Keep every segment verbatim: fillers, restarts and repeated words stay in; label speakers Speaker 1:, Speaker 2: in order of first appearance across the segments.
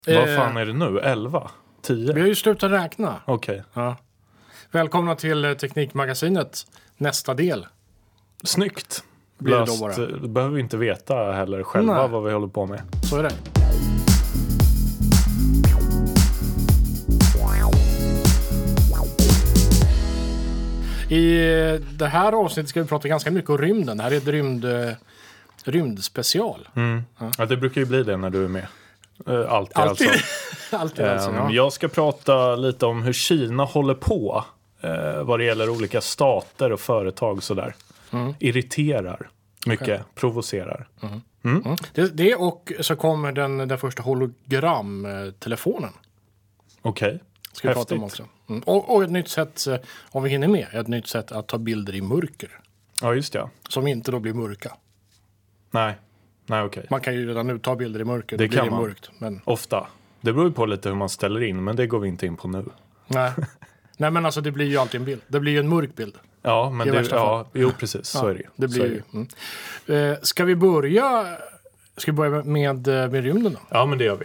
Speaker 1: Vad fan är det nu? elva? tio?
Speaker 2: Vi har ju slutat räkna.
Speaker 1: Okej. Okay.
Speaker 2: Ja. Välkomna till Teknikmagasinet. Nästa del.
Speaker 1: Snyggt.
Speaker 2: Blir det
Speaker 1: Löst,
Speaker 2: då bara.
Speaker 1: Du behöver inte veta heller själva Nej. vad vi håller på med.
Speaker 2: Så är det. I det här avsnittet ska vi prata ganska mycket om rymden. Det här är ett rymd, rymdspecial.
Speaker 1: Mm. Ja. ja, det brukar ju bli det när du är med. Uh, alltid,
Speaker 2: alltid.
Speaker 1: alltså.
Speaker 2: alltid alltså,
Speaker 1: um,
Speaker 2: ja.
Speaker 1: Jag ska prata lite om hur Kina håller på uh, vad det gäller olika stater och företag sådär. Mm. Irriterar mycket, okay. Provocerar.
Speaker 2: Mm. Mm. Mm. Det, det och så kommer den, den första hologramtelefonen.
Speaker 1: Okej. Okay.
Speaker 2: Ska vi prata om också. Mm. Och, och ett nytt sätt, om vi hinner med, ett nytt sätt att ta bilder i mörker.
Speaker 1: Ja, just det.
Speaker 2: Som inte då blir mörka.
Speaker 1: Nej, nej okej. Okay.
Speaker 2: Man kan ju redan nu ta bilder i mörker.
Speaker 1: Det,
Speaker 2: det
Speaker 1: kan
Speaker 2: blir
Speaker 1: man.
Speaker 2: Mörkt, men...
Speaker 1: Ofta. Det beror ju på lite hur man ställer in, men det går vi inte in på nu.
Speaker 2: Nej, nej men alltså det blir ju alltid en bild. Det blir ju en mörk bild.
Speaker 1: Ja, men det, ja, jo precis, så
Speaker 2: ja,
Speaker 1: är det ju.
Speaker 2: Det blir ju. Mm. Eh, ska vi börja, ska vi börja med, med, med rymden då?
Speaker 1: Ja, men det gör vi.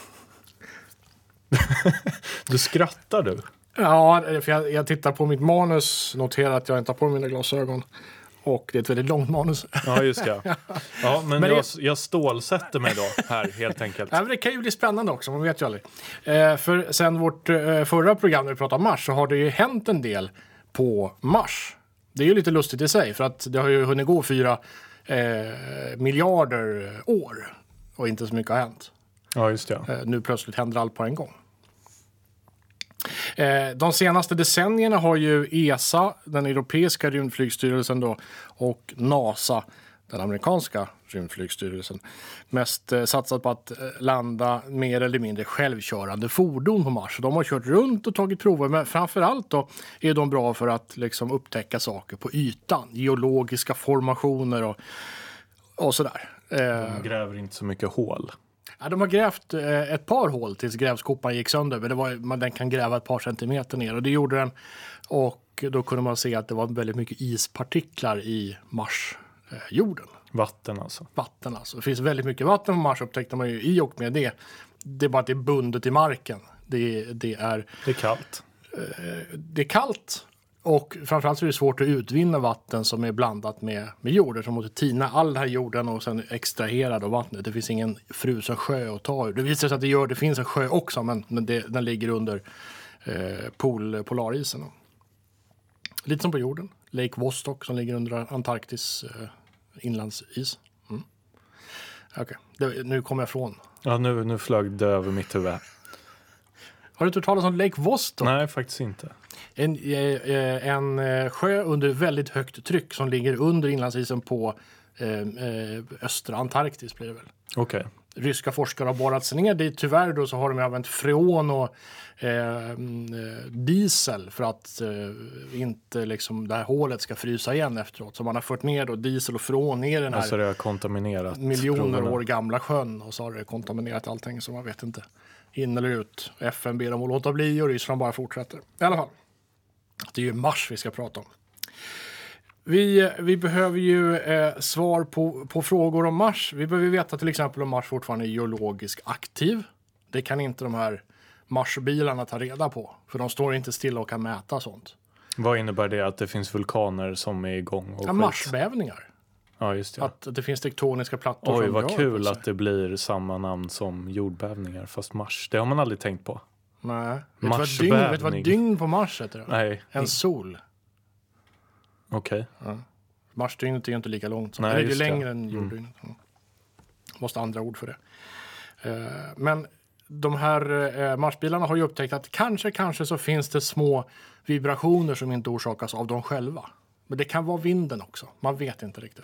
Speaker 1: Du skrattar du.
Speaker 2: Ja, för jag, jag tittar på mitt manus, noterar att jag inte har på mina glasögon. Och det är ett väldigt långt manus.
Speaker 1: Ja, just det. Ja, men, men jag, det... jag stålsätter mig då här, helt enkelt.
Speaker 2: Ja, men det kan ju bli spännande också, man vet ju aldrig. Eh, för sen vårt eh, förra program när vi pratade om Mars så har det ju hänt en del på Mars. Det är ju lite lustigt i sig, för att det har ju hunnit gå fyra eh, miljarder år och inte så mycket har hänt.
Speaker 1: Ja, just det.
Speaker 2: Eh, nu plötsligt händer allt på en gång. Eh, de senaste decennierna har ju E S A, den europeiska rymdflygstyrelsen då, och NASA, den amerikanska rymdflygstyrelsen, mest eh, satsat på att eh, landa mer eller mindre självkörande fordon på Mars. De har kört runt och tagit prover, men framförallt då är de bra för att liksom upptäcka saker på ytan, geologiska formationer och, och sådär. Eh,
Speaker 1: de gräver inte så mycket hål.
Speaker 2: Ja, de har grävt eh, ett par hål tills grävskopan gick sönder. Men det var, man, den kan gräva ett par centimeter ner. Och det gjorde den. Och då kunde man se att det var väldigt mycket ispartiklar i Mars-jorden. Eh,
Speaker 1: vatten alltså.
Speaker 2: Vatten alltså. Det finns väldigt mycket vatten på Mars, upptäckte man ju i och med det. Det är bara att det är bundet i marken. Det, det, är,
Speaker 1: det är kallt.
Speaker 2: Eh, det är kallt. Och framförallt så är det svårt att utvinna vatten som är blandat med, med jord. Så man måste tina all den här jorden och sen extrahera då vattnet. Det finns ingen frusen sjö att ta ur. Det visar sig att det, gör, det finns en sjö också, men det, den ligger under eh, pol, polarisen. Lite som på jorden. Lake Vostok som ligger under Antarktis eh, inlandsis. Mm. Okej, okay. Nu kommer jag från.
Speaker 1: Ja, nu, nu flög det över mitt huvud.
Speaker 2: Har du hört talas om Lake Vostok?
Speaker 1: Nej, faktiskt inte.
Speaker 2: En, en, en sjö under väldigt högt tryck som ligger under inlandsisen på eh, östra Antarktis blir det väl.
Speaker 1: Okej. Okay.
Speaker 2: Ryska forskare har borrat sig ner dit. Tyvärr då så har de använt freon och eh, diesel för att eh, inte liksom det här hålet ska frysa igen efteråt. Så man har fört ner då diesel och freon ner i den här
Speaker 1: alltså det har kontaminerat
Speaker 2: miljoner
Speaker 1: proverna.
Speaker 2: År gamla sjön, och så har det kontaminerat allting, så man vet inte in eller ut. F N ber dem att låta bli och Ryssland bara fortsätter. I alla fall. Det är ju Mars vi ska prata om. Vi, vi behöver ju eh, svar på, på frågor om Mars. Vi behöver veta till exempel om Mars fortfarande är geologiskt aktiv. Det kan inte de här Marsbilarna ta reda på. För de står inte stilla och kan mäta sånt.
Speaker 1: Vad innebär det, att det finns vulkaner som är igång? Och
Speaker 2: ja, Marsbävningar.
Speaker 1: Ja, just det.
Speaker 2: Att det finns tektoniska plattor.
Speaker 1: Oj,
Speaker 2: som
Speaker 1: vad kul att det blir samma namn som jordbävningar, fast Mars. Det har man aldrig tänkt på.
Speaker 2: Nej. Vet du vad, vad dygn på Mars heter det?
Speaker 1: Nej.
Speaker 2: En sol.
Speaker 1: Okej.
Speaker 2: Okay. Ja. Marsdygnet är ju inte lika långt. Som.
Speaker 1: Nej,
Speaker 2: det är ju längre
Speaker 1: det.
Speaker 2: än jorddygnet. Mm. Måste andra ord för det. Uh, men de här uh, Marsbilarna har ju upptäckt att kanske, kanske så finns det små vibrationer som inte orsakas av dem själva. Men det kan vara vinden också. Man vet inte riktigt.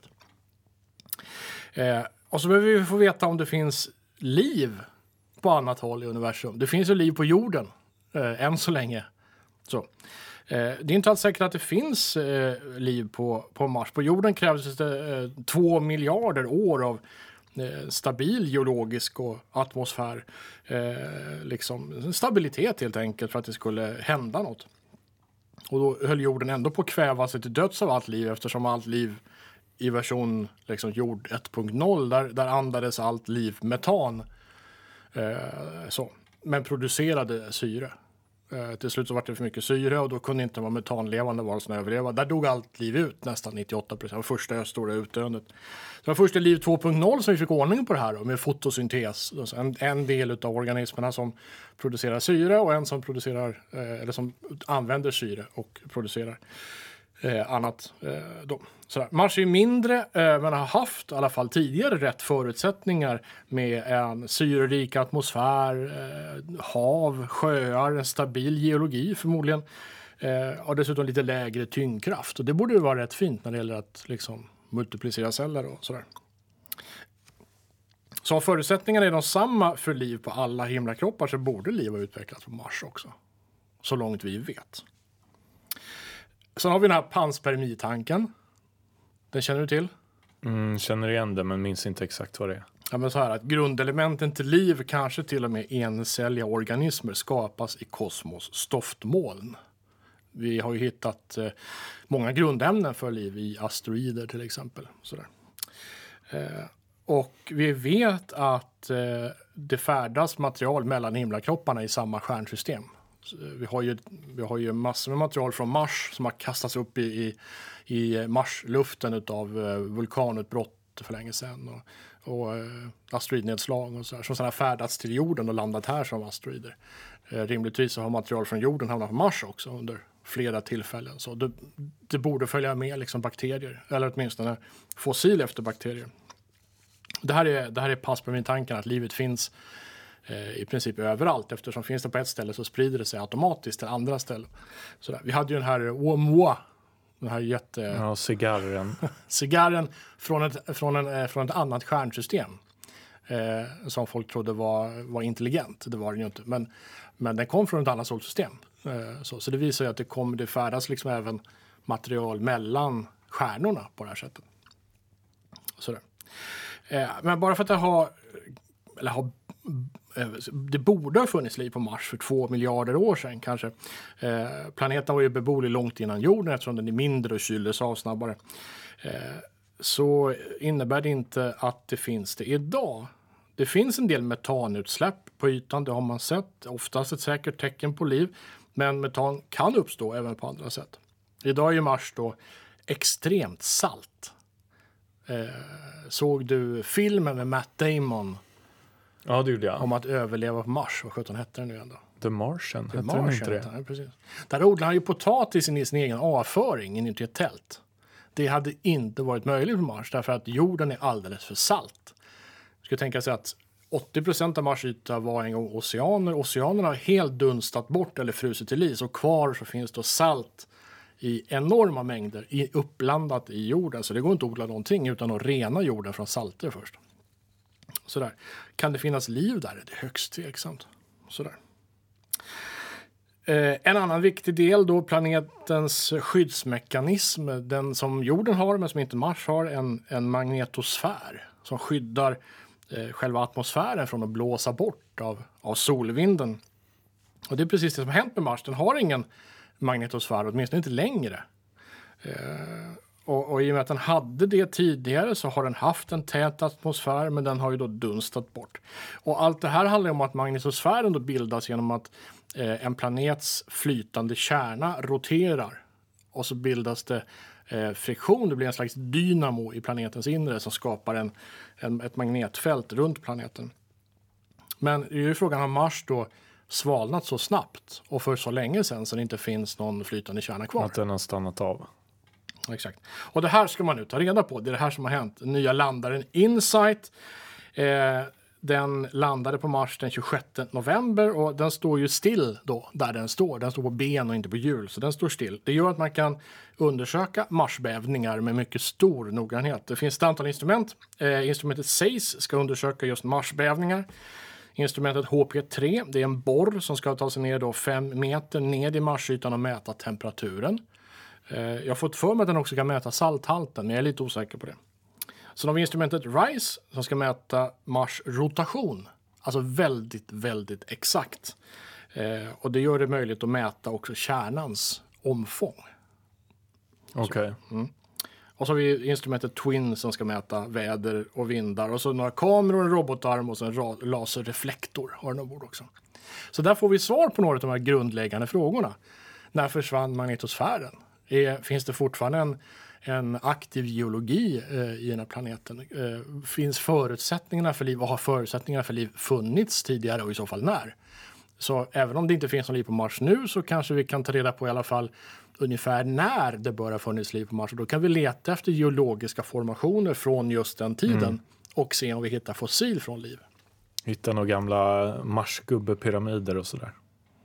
Speaker 2: Uh, och så behöver vi få veta om det finns liv på annat håll i universum. Det finns ju liv på jorden uh, än så länge. Så. Det är inte alls säkert att det finns eh, liv på, på Mars. På jorden krävs det eh, två miljarder år av eh, stabil geologisk och atmosfär. Eh, liksom stabilitet helt enkelt för att det skulle hända något. Och då höll jorden ändå på att kväva sig till döds av allt liv, eftersom allt liv i version liksom, jord ett punkt noll där, där andades allt liv metan. Eh, så. Men producerade syre. Eh, till slut så var det för mycket syre och då kunde inte de metanlevande varelserna överleva. Där dog allt liv ut, nästan nittioåtta procent. Det var första stora utdöendet. Det var första liv två punkt noll som vi fick ordning på det här då, med fotosyntes. Alltså en, en del av organismerna som producerar syre och en som producerar eh, eller som använder syre och producerar eh, annat. Eh, då. Sådär. Mars är mindre eh, men har haft i alla fall tidigare rätt förutsättningar med en syrerik atmosfär, eh, hav, sjöar, en stabil geologi förmodligen eh, och dessutom lite lägre tyngdkraft. Och det borde ju vara rätt fint när det gäller att liksom multiplicera celler och sådär. Så om förutsättningarna är de samma för liv på alla himlakroppar så borde liv ha utvecklats på Mars också. Så långt vi vet. Sen har vi den här panspermitanken. Den känner du till?
Speaker 1: Mm, känner igen det men minns inte exakt vad det är.
Speaker 2: Ja, men så här att grundelementen till liv, kanske till och med encelliga organismer, skapas i kosmos stoftmoln. Vi har ju hittat eh, många grundämnen för liv i asteroider till exempel. Sådär. Eh, och vi vet att eh, det färdas material mellan himlakropparna i samma stjärnsystem. Så vi har ju, vi har ju massor med material från Mars som har kastats upp i, i, i Marsluften av eh, vulkanutbrott för länge sedan. Och, och eh, asteroidnedslag och så här, som sedan har färdats till jorden och landat här som asteroider. Eh, rimligtvis så har material från jorden hamnat på Mars också under flera tillfällen. Så det, det borde följa med liksom bakterier, eller åtminstone fossil efter bakterier. Det här är, det här är pass på min tanke att livet finns eh, i princip överallt. Eftersom finns det på ett ställe så sprider det sig automatiskt till andra ställen. Sådär. Vi hade ju den här Oumuamua, den här jätte...
Speaker 1: Ja, cigarren.
Speaker 2: cigarren från ett, från, en, från ett annat stjärnsystem. Eh, som folk trodde var, var intelligent. Det var den ju inte. Men, men den kom från ett annat solsystem. Eh, så, så det visar ju att det, kom, det färdas liksom även material mellan stjärnorna på det här sättet. Sådär. Eh, men bara för att det har, eller har eh, det borde ha funnits liv på Mars för två miljarder år sedan kanske. Eh, planeten var ju beboelig långt innan jorden eftersom den är mindre och kyldes av snabbare. Eh, så innebär det inte att det finns det idag. Det finns en del metanutsläpp på ytan, det har man sett. Oftast ett säkert tecken på liv. Men metan kan uppstå även på andra sätt. Idag är ju Mars då extremt salt. Eh, såg du filmen med Matt Damon?
Speaker 1: Ja, det gjorde jag.
Speaker 2: Om att överleva på Mars. Vad sjutton hette den nu ändå?
Speaker 1: The Martian,
Speaker 2: The
Speaker 1: hette den inte det?
Speaker 2: Ja, precis. Där odlade han ju potatis i sin egen avföring in i ett tält. Det hade inte varit möjligt på Mars därför att jorden är alldeles för salt. Jag skulle tänka sig att åttio procent av Mars yta var en gång oceaner. Oceanerna har helt dunstat bort eller frusit till is och kvar så finns det salt i enorma mängder i, uppblandat i jorden. Så det går inte att odla någonting utan att rena jorden från salter först. Sådär. Kan det finnas liv där? Det är högst tveksamt. Sådär. Eh, en annan viktig del då, planetens skyddsmekanism, den som jorden har men som inte Mars har, en, en magnetosfär som skyddar eh, själva atmosfären från att blåsa bort av, av solvinden. Och det är precis det som har hänt med Mars. Den har ingen magnetosfär, åtminstone inte längre. Eh, och, och i och med att den hade det tidigare så har den haft en tät atmosfär men den har ju då dunstat bort. Och allt det här handlar om att magnetosfären då bildas genom att eh, en planets flytande kärna roterar. Och så bildas det eh, friktion, det blir en slags dynamo i planetens inre som skapar en, en, ett magnetfält runt planeten. Men det är ju frågan om Mars då svalnat så snabbt och för så länge sedan så det inte finns någon flytande kärna kvar.
Speaker 1: Att den har stannat av.
Speaker 2: Exakt. Och det här ska man nu ta reda på. Det är det här som har hänt. Den nya landaren InSight. Eh, den landade på Mars den tjugosjätte november och den står ju still då där den står. Den står på ben och inte på hjul så den står still. Det gör att man kan undersöka Marsbävningar med mycket stor noggrannhet. Det finns ett antal instrument. Eh, instrumentet SEIS ska undersöka just Marsbävningar. Instrumentet H P tre, det är en borr som ska ta sig ner då fem meter ned i Marsytan och mäta temperaturen. Eh, jag har fått för mig att den också kan mäta salthalten, men jag är lite osäker på det. Sen har vi instrumentet RISE som ska mäta Mars rotation. Alltså väldigt, väldigt exakt. Eh, och det gör det möjligt att mäta också kärnans omfång.
Speaker 1: Okej. Okay.
Speaker 2: Mm. Och så har vi instrumentet Twin som ska mäta väder och vindar. Och så några kameror, en robotarm och så en ra- laserreflektor har den ombord också. Så där får vi svar på några av de här grundläggande frågorna. När försvann magnetosfären? Är, finns det fortfarande en, en aktiv geologi eh, i den här planeten? Eh, finns förutsättningarna för liv och har förutsättningarna för liv funnits tidigare och i så fall när? Så även om det inte finns någon liv på Mars nu så kanske vi kan ta reda på i alla fall ungefär när det bör ha funnits liv på Mars. Och då kan vi leta efter geologiska formationer från just den tiden mm. och se om vi hittar fossil från liv.
Speaker 1: Hitta några gamla Marsgubbepyramider och sådär.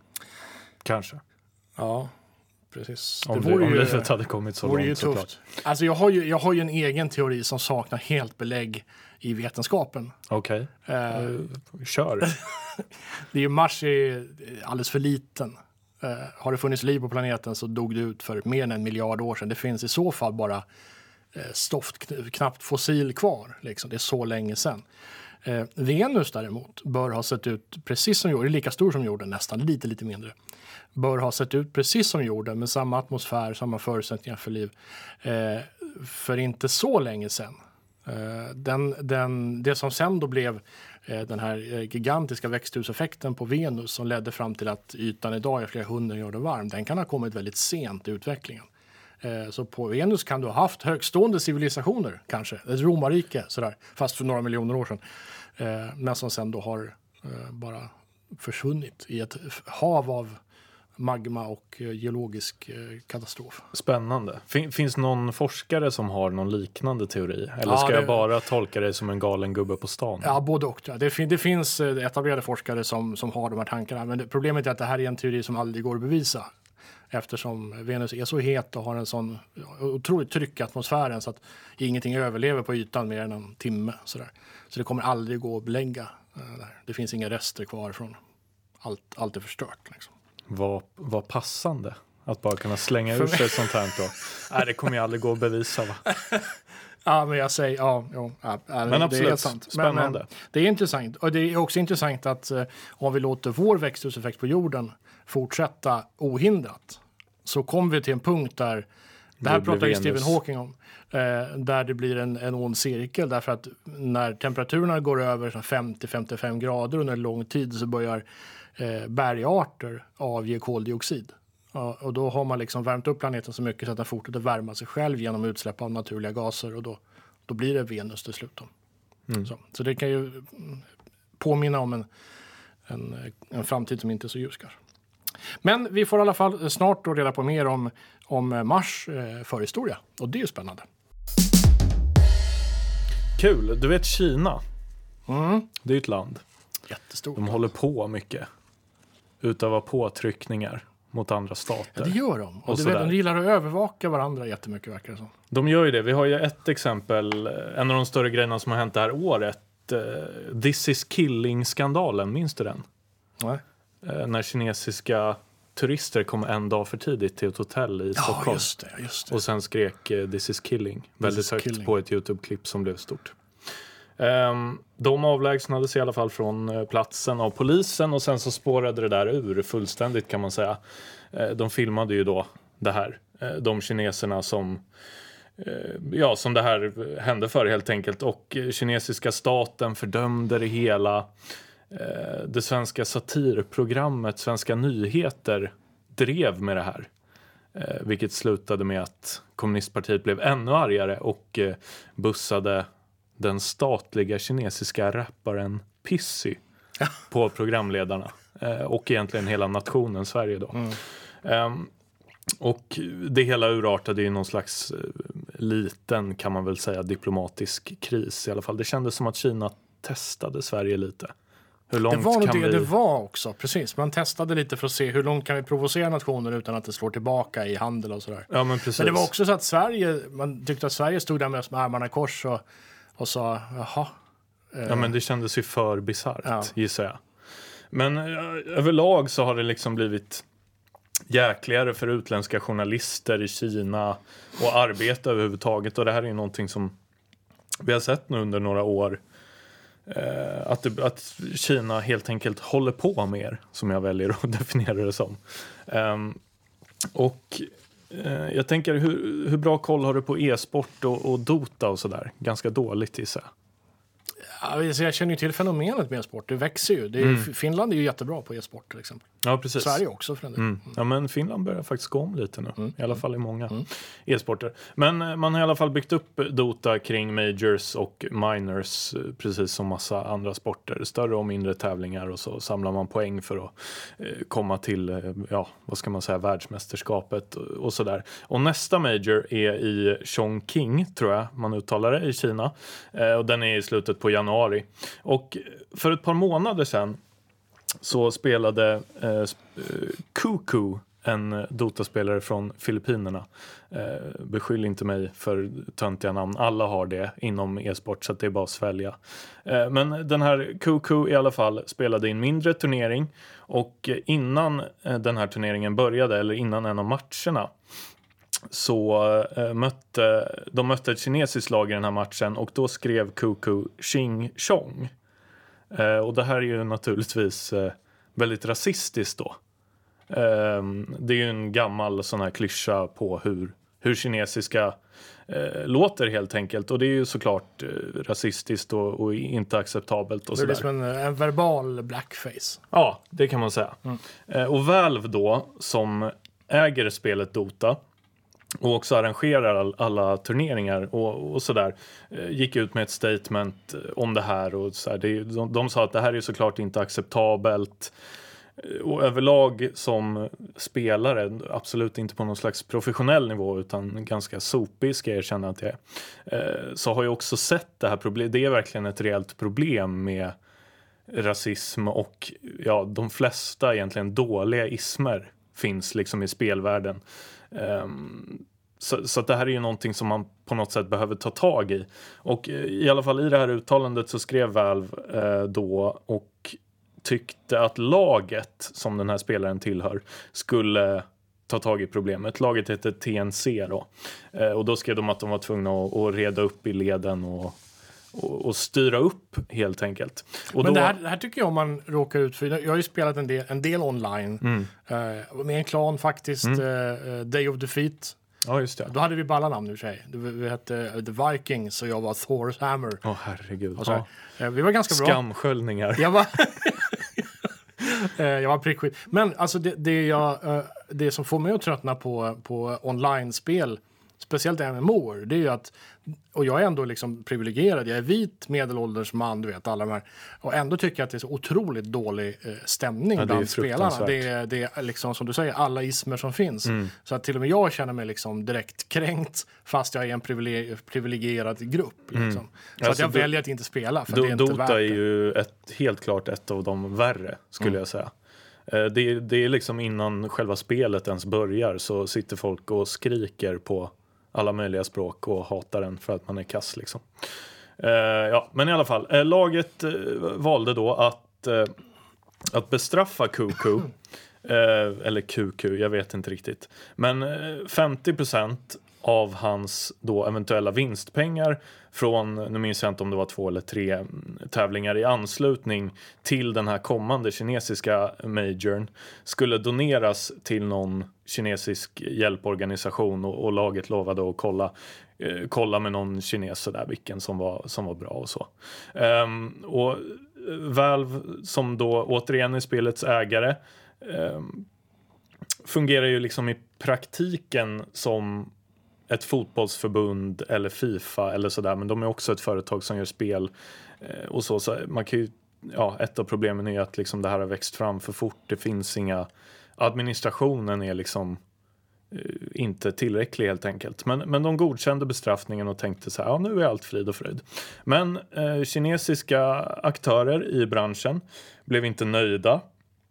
Speaker 1: Kanske.
Speaker 2: Ja, precis.
Speaker 1: Om, det, det, om livet hade kommit så långt såklart.
Speaker 2: Alltså jag har, ju, jag har ju en egen teori som saknar helt belägg i vetenskapen.
Speaker 1: Okej, okay. uh, kör.
Speaker 2: Det är ju Mars är alldeles för liten. Uh, har det funnits liv på planeten så dog det ut för mer än en miljard år sedan. Det finns i så fall bara uh, stoft, knappt fossil kvar. Liksom. Det är så länge sedan. Uh, Venus däremot bör ha sett ut precis som jorden. Det är lika stor som jorden, nästan lite, lite mindre. Bör ha sett ut precis som jorden med samma atmosfär, samma förutsättningar för liv. Uh, för inte så länge sedan. Uh, den, den, det som sen då blev uh, den här uh, gigantiska växthuseffekten på Venus som ledde fram till att ytan idag är flera hundra grader varm, den kan ha kommit väldigt sent i utvecklingen. Uh, så på Venus kan du ha haft högstående civilisationer kanske, ett romarrike sådär, fast för några miljoner år sedan. Uh, men som sen då har uh, bara försvunnit i ett hav av magma och geologisk katastrof.
Speaker 1: Spännande. Fin- finns någon forskare som har någon liknande teori? Eller ska ja, det... jag bara tolka det som en galen gubbe på stan?
Speaker 2: Ja, både och. Det, fin- det finns etablerade forskare som, som har de här tankarna. Men det, problemet är att det här är en teori som aldrig går att bevisa. Eftersom Venus är så het och har en sån otroligt tryck i atmosfären så att ingenting överlever på ytan mer än en timme. Sådär. Så det kommer aldrig gå att belägga. Det finns inga rester kvar från allt, allt är förstört liksom.
Speaker 1: Vad, vad passande att bara kunna slänga ur sig sånt här då. Nej, det kommer ju aldrig gå att bevisa, va?
Speaker 2: Ja, men jag säger, ja, jo, ja
Speaker 1: men det absolut, är sant. Spännande.
Speaker 2: Men, det är intressant. Och det är också intressant att eh, om vi låter vår växthuseffekt på jorden fortsätta ohindrat så kommer vi till en punkt där, det här pratar ju Stephen Hawking om, eh, där det blir en, en ond cirkel därför att när temperaturerna går över femtio till femtiofem grader under en lång tid så börjar eh, bergarter avge koldioxid. Ja, och då har man liksom värmt upp planeten så mycket så att den fortsätter värma sig själv genom utsläpp av naturliga gaser och då, då blir det Venus till slut. Mm. Så, så det kan ju påminna om en, en, en framtid som inte är så ljus kanske. Men vi får i alla fall snart då reda på mer om, om Mars eh, förhistoria och det är ju spännande.
Speaker 1: Kul, du vet Kina,
Speaker 2: mm.
Speaker 1: det är ett land.
Speaker 2: Jättestort.
Speaker 1: De håller på mycket, utövar påtryckningar mot andra stater.
Speaker 2: Ja, det gör de. Och, och det, de gillar att övervaka varandra jättemycket, verkar det som.
Speaker 1: De gör ju det. Vi har ju ett exempel, en av de större grejerna som har hänt det här året. Uh, This is Killing-skandalen, minns du den?
Speaker 2: Nej.
Speaker 1: Uh, när kinesiska turister kom en dag för tidigt till ett hotell i Stockholm.
Speaker 2: Ja, just det, just det.
Speaker 1: Och sen skrek uh, This is Killing. This väldigt is högt killing. På ett YouTube-klipp som blev stort. Um, de avlägsnades i alla fall från uh, platsen av polisen och sen så spårade det där ur fullständigt kan man säga. Uh, de filmade ju då det här. Uh, de kineserna som uh, ja, som det här hände för helt enkelt och uh, kinesiska staten fördömde det hela. Uh, det svenska satirprogrammet Svenska nyheter drev med det här. Uh, vilket slutade med att kommunistpartiet blev ännu argare och uh, bussade den statliga kinesiska rapparen Pissy på programledarna. Eh, och egentligen hela nationen Sverige då. Mm. Eh, och det hela urartade i någon slags eh, liten, kan man väl säga, diplomatisk kris i alla fall. Det kändes som att Kina testade Sverige lite. Hur långt
Speaker 2: det var
Speaker 1: kan
Speaker 2: det
Speaker 1: vi...
Speaker 2: det var också, precis. Man testade lite för att se hur långt kan vi provocera nationer utan att det slår tillbaka i handel och sådär.
Speaker 1: Ja, men precis.
Speaker 2: Men det var också så att Sverige, man tyckte att Sverige stod där med armarna i kors och Och sa, jaha.
Speaker 1: Ja, men det kändes ju för bizarrt,
Speaker 2: ja.
Speaker 1: gissar jag. Men äh, överlag så har det liksom blivit jäkligare för utländska journalister i Kina och arbeta överhuvudtaget. Och det här är ju någonting som vi har sett nu under några år. Äh, att, det, att Kina helt enkelt håller på mer, som jag väljer att definiera det som. Ähm, och eh, jag tänker, hur, hur bra koll har du på e-sport och, och Dota och sådär? Ganska dåligt gissar jag.
Speaker 2: Alltså jag känner ju till fenomenet med e-sport. Det växer ju. Det är, mm. Finland är ju jättebra på e-sport till exempel.
Speaker 1: Ja, precis.
Speaker 2: Sverige också för den delen.
Speaker 1: Mm. Ja, men Finland börjar faktiskt gå om lite nu. Mm. I alla fall i många
Speaker 2: mm.
Speaker 1: e-sporter. Men eh, man har i alla fall byggt upp Dota kring majors och minors, eh, precis som massa andra sporter. Större och mindre tävlingar, och så samlar man poäng för att eh, komma till, eh, ja, vad ska man säga, världsmästerskapet och, och sådär. Och nästa major är i Chongqing, tror jag man uttalar det, i Kina. Eh, och den är i slutet på januari. Och för ett par månader sedan så spelade eh, Kuku, en Dota-spelare från Filippinerna. Eh, beskyll inte mig för töntiga namn. Alla har det inom e-sport, så att det är bara att svälja. Eh, men den här Kuku i alla fall spelade i en mindre turnering. Och innan eh, den här turneringen började, eller innan en av matcherna, så eh, mötte de mötte ett kinesiskt lag i den här matchen. Och då skrev Kuku Xing Chong. Eh, och det här är ju naturligtvis eh, väldigt rasistiskt då. Eh, det är ju en gammal sån här klyscha på hur, hur kinesiska eh, låter helt enkelt. Och det är ju såklart eh, rasistiskt och, och inte acceptabelt. Och
Speaker 2: det är liksom en, en verbal blackface.
Speaker 1: Ja, det kan man säga.
Speaker 2: Mm.
Speaker 1: Eh, och Valve då, som äger spelet Dota och också arrangerar all, alla turneringar och, och sådär, eh, gick ut med ett statement om det här. Och så här, det, de, de sa att det här är såklart inte acceptabelt. Och överlag som spelare, absolut inte på någon slags professionell nivå utan ganska sopig, ska jag erkänna att jag är, eh, så har jag också sett det här problemet. Det är verkligen ett reellt problem med rasism, och ja, de flesta egentligen dåliga ismer finns liksom i spelvärlden. Um, så, så att det här är ju någonting som man på något sätt behöver ta tag i. Och i alla fall i det här uttalandet så skrev Valve eh, då och tyckte att laget som den här spelaren tillhör skulle ta tag i problemet. Laget heter T N C då. Eh, och då skrev de att de var tvungna att, att reda upp i leden och Och, och styra upp helt enkelt. Och
Speaker 2: Men
Speaker 1: då...
Speaker 2: det, här, det här tycker jag om man råkar ut för. Jag har ju spelat en del, en del online.
Speaker 1: Mm.
Speaker 2: Uh, med en klan faktiskt. Mm. Uh, Day of Defeat.
Speaker 1: Ja, just det.
Speaker 2: Då hade vi bara namn i och för sig. Vi hette The Vikings och jag var Thor's Hammer.
Speaker 1: Åh, oh, herregud.
Speaker 2: Ja. Uh, vi var ganska bra.
Speaker 1: Skamsköljningar.
Speaker 2: Jag var... uh, jag var prickskit. Men alltså det, det, jag, uh, det som får mig att tröttna på, på online-spel, speciellt M M O, det är ju att, och jag är ändå liksom privilegierad, jag är vit medelålders man, du vet, alla de här, och ändå tycker jag att det är så otroligt dålig eh, stämning ja, bland spelarna. Det är, det är liksom, som du säger, alla ismer som finns. Mm. Så att till och med jag känner mig liksom direkt kränkt, fast jag är en privileg- privilegierad grupp. Liksom. Mm. Så alltså, att jag do- väljer att inte spela, för do- det är inte
Speaker 1: Dota
Speaker 2: värt det.
Speaker 1: är ju ett, helt klart ett av de värre, skulle mm. jag säga. Det, det är liksom innan själva spelet ens börjar så sitter folk och skriker på alla möjliga språk och hatar den för att man är kass liksom. Uh, ja, men i alla fall. Uh, laget uh, valde då att, uh, att bestraffa Kuku. uh, eller Q Q, jag vet inte riktigt. Men uh, femtio procent av hans då eventuella vinstpengar från, nu minns jag inte om det var två eller tre tävlingar i anslutning till den här kommande kinesiska majorn, skulle doneras till någon kinesisk hjälporganisation, och, och laget lovade att kolla, eh, kolla med någon kines där vilken som var, som var bra och så. Um, och Valve, som då återigen är spelets ägare, um, fungerar ju liksom i praktiken som ett fotbollsförbund eller FIFA eller sådär, men de är också ett företag som gör spel eh, och så, så man kan ju, ja, ett av problemen är att liksom det här har växt fram för fort. Det finns inga, administrationen är liksom eh, inte tillräcklig helt enkelt. Men, men de godkände bestraffningen och tänkte så här, ja, nu är allt frid och fröjd. Men eh, kinesiska aktörer i branschen blev inte nöjda,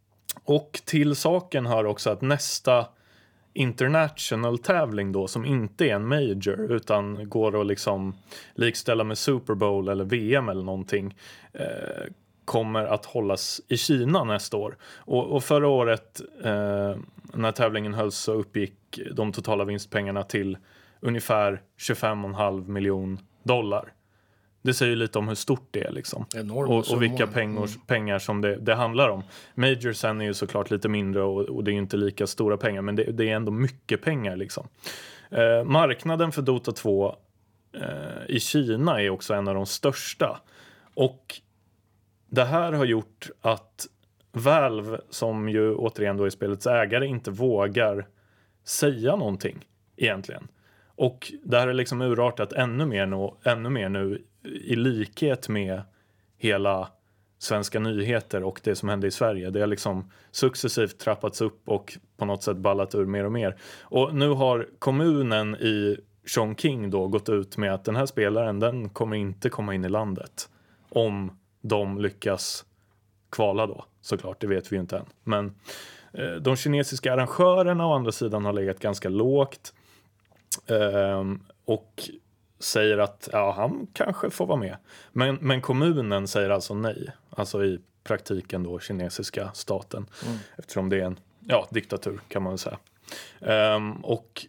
Speaker 1: och till saken hör också att nästa international tävling då, som inte är en major utan går att liksom likställa med Super Bowl eller V M eller någonting, eh, kommer att hållas i Kina nästa år. Och, och förra året eh, när tävlingen hölls så uppgick de totala vinstpengarna till ungefär tjugofem komma fem miljon dollar. det säger lite om hur stort det är liksom.
Speaker 2: Enormt.
Speaker 1: Och, och vilka pengar, mm. pengar som det, det handlar om. Majorsen är ju såklart lite mindre och, och det är ju inte lika stora pengar, men det, det är ändå mycket pengar liksom. Eh, marknaden för Dota två eh, i Kina är också en av de största. Och det här har gjort att Valve, som ju återigen då är spelets ägare, inte vågar säga någonting egentligen. Och det här är liksom urartat ännu mer, nu, ännu mer nu i likhet med hela Svenska nyheter och det som hände i Sverige. Det har liksom successivt trappats upp och på något sätt ballat ur mer och mer. Och nu har kommunen i Chongqing då gått ut med att den här spelaren, den kommer inte komma in i landet om de lyckas kvala då. Såklart, det vet vi ju inte än. Men eh, de kinesiska arrangörerna å andra sidan har legat ganska lågt. Eh, och säger att ja, han kanske får vara med. Men, men kommunen säger alltså nej. Alltså i praktiken då kinesiska staten. Mm. Eftersom det är en ja, diktatur kan man väl säga. Eh, och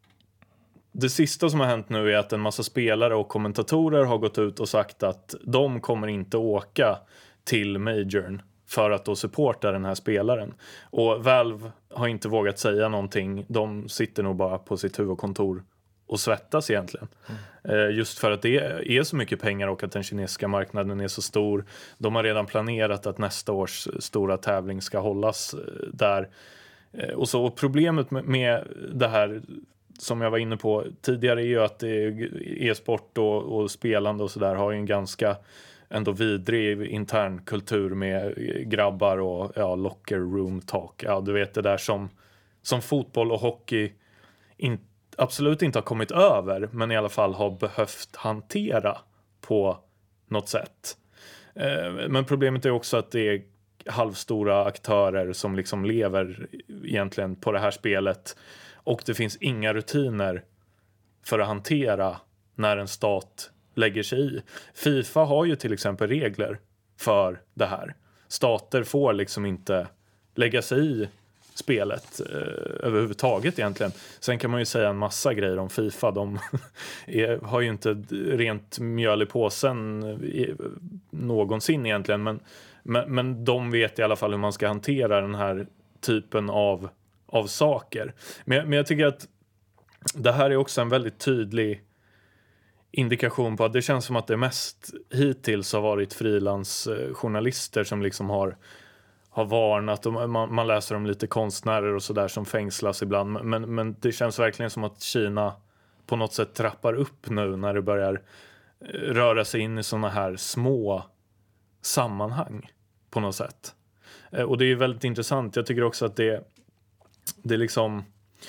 Speaker 1: det sista som har hänt nu är att en massa spelare och kommentatorer har gått ut och sagt att de kommer inte åka till Majorn för att då supporta den här spelaren. Och Valve har inte vågat säga någonting. De sitter nog bara på sitt huvudkontor och svettas egentligen. Mm. Just för att det är så mycket pengar och att den kinesiska marknaden är så stor. De har redan planerat att nästa års stora tävling ska hållas där. Och så och problemet med det här som jag var inne på tidigare är ju att e-sport och, och spelande och sådär har ju en ganska ändå vidrig intern kultur med grabbar och ja, locker room talk. Ja, du vet det där som, som fotboll och hockey in, absolut inte har kommit över, men i alla fall har behövt hantera på något sätt. Eh, men problemet är också att det är halvstora aktörer som liksom lever egentligen på det här spelet. Och det finns inga rutiner för att hantera när en stat lägger sig i. FIFA har ju till exempel regler för det här. Stater får liksom inte lägga sig i spelet eh, överhuvudtaget egentligen. Sen kan man ju säga en massa grejer om FIFA. De är, har ju inte rent mjöl i påsen i, någonsin egentligen. Men, men, men de vet i alla fall hur man ska hantera den här typen av av saker. Men, men jag tycker att det här är också en väldigt tydlig indikation på att det känns som att det mest hittills har varit frilansjournalister som liksom har, har varnat. Och man, man läser om lite konstnärer och sådär som fängslas ibland. Men, men det känns verkligen som att Kina på något sätt trappar upp nu när det börjar röra sig in i såna här små sammanhang på något sätt. Och det är väldigt intressant. Jag tycker också att det Det är liksom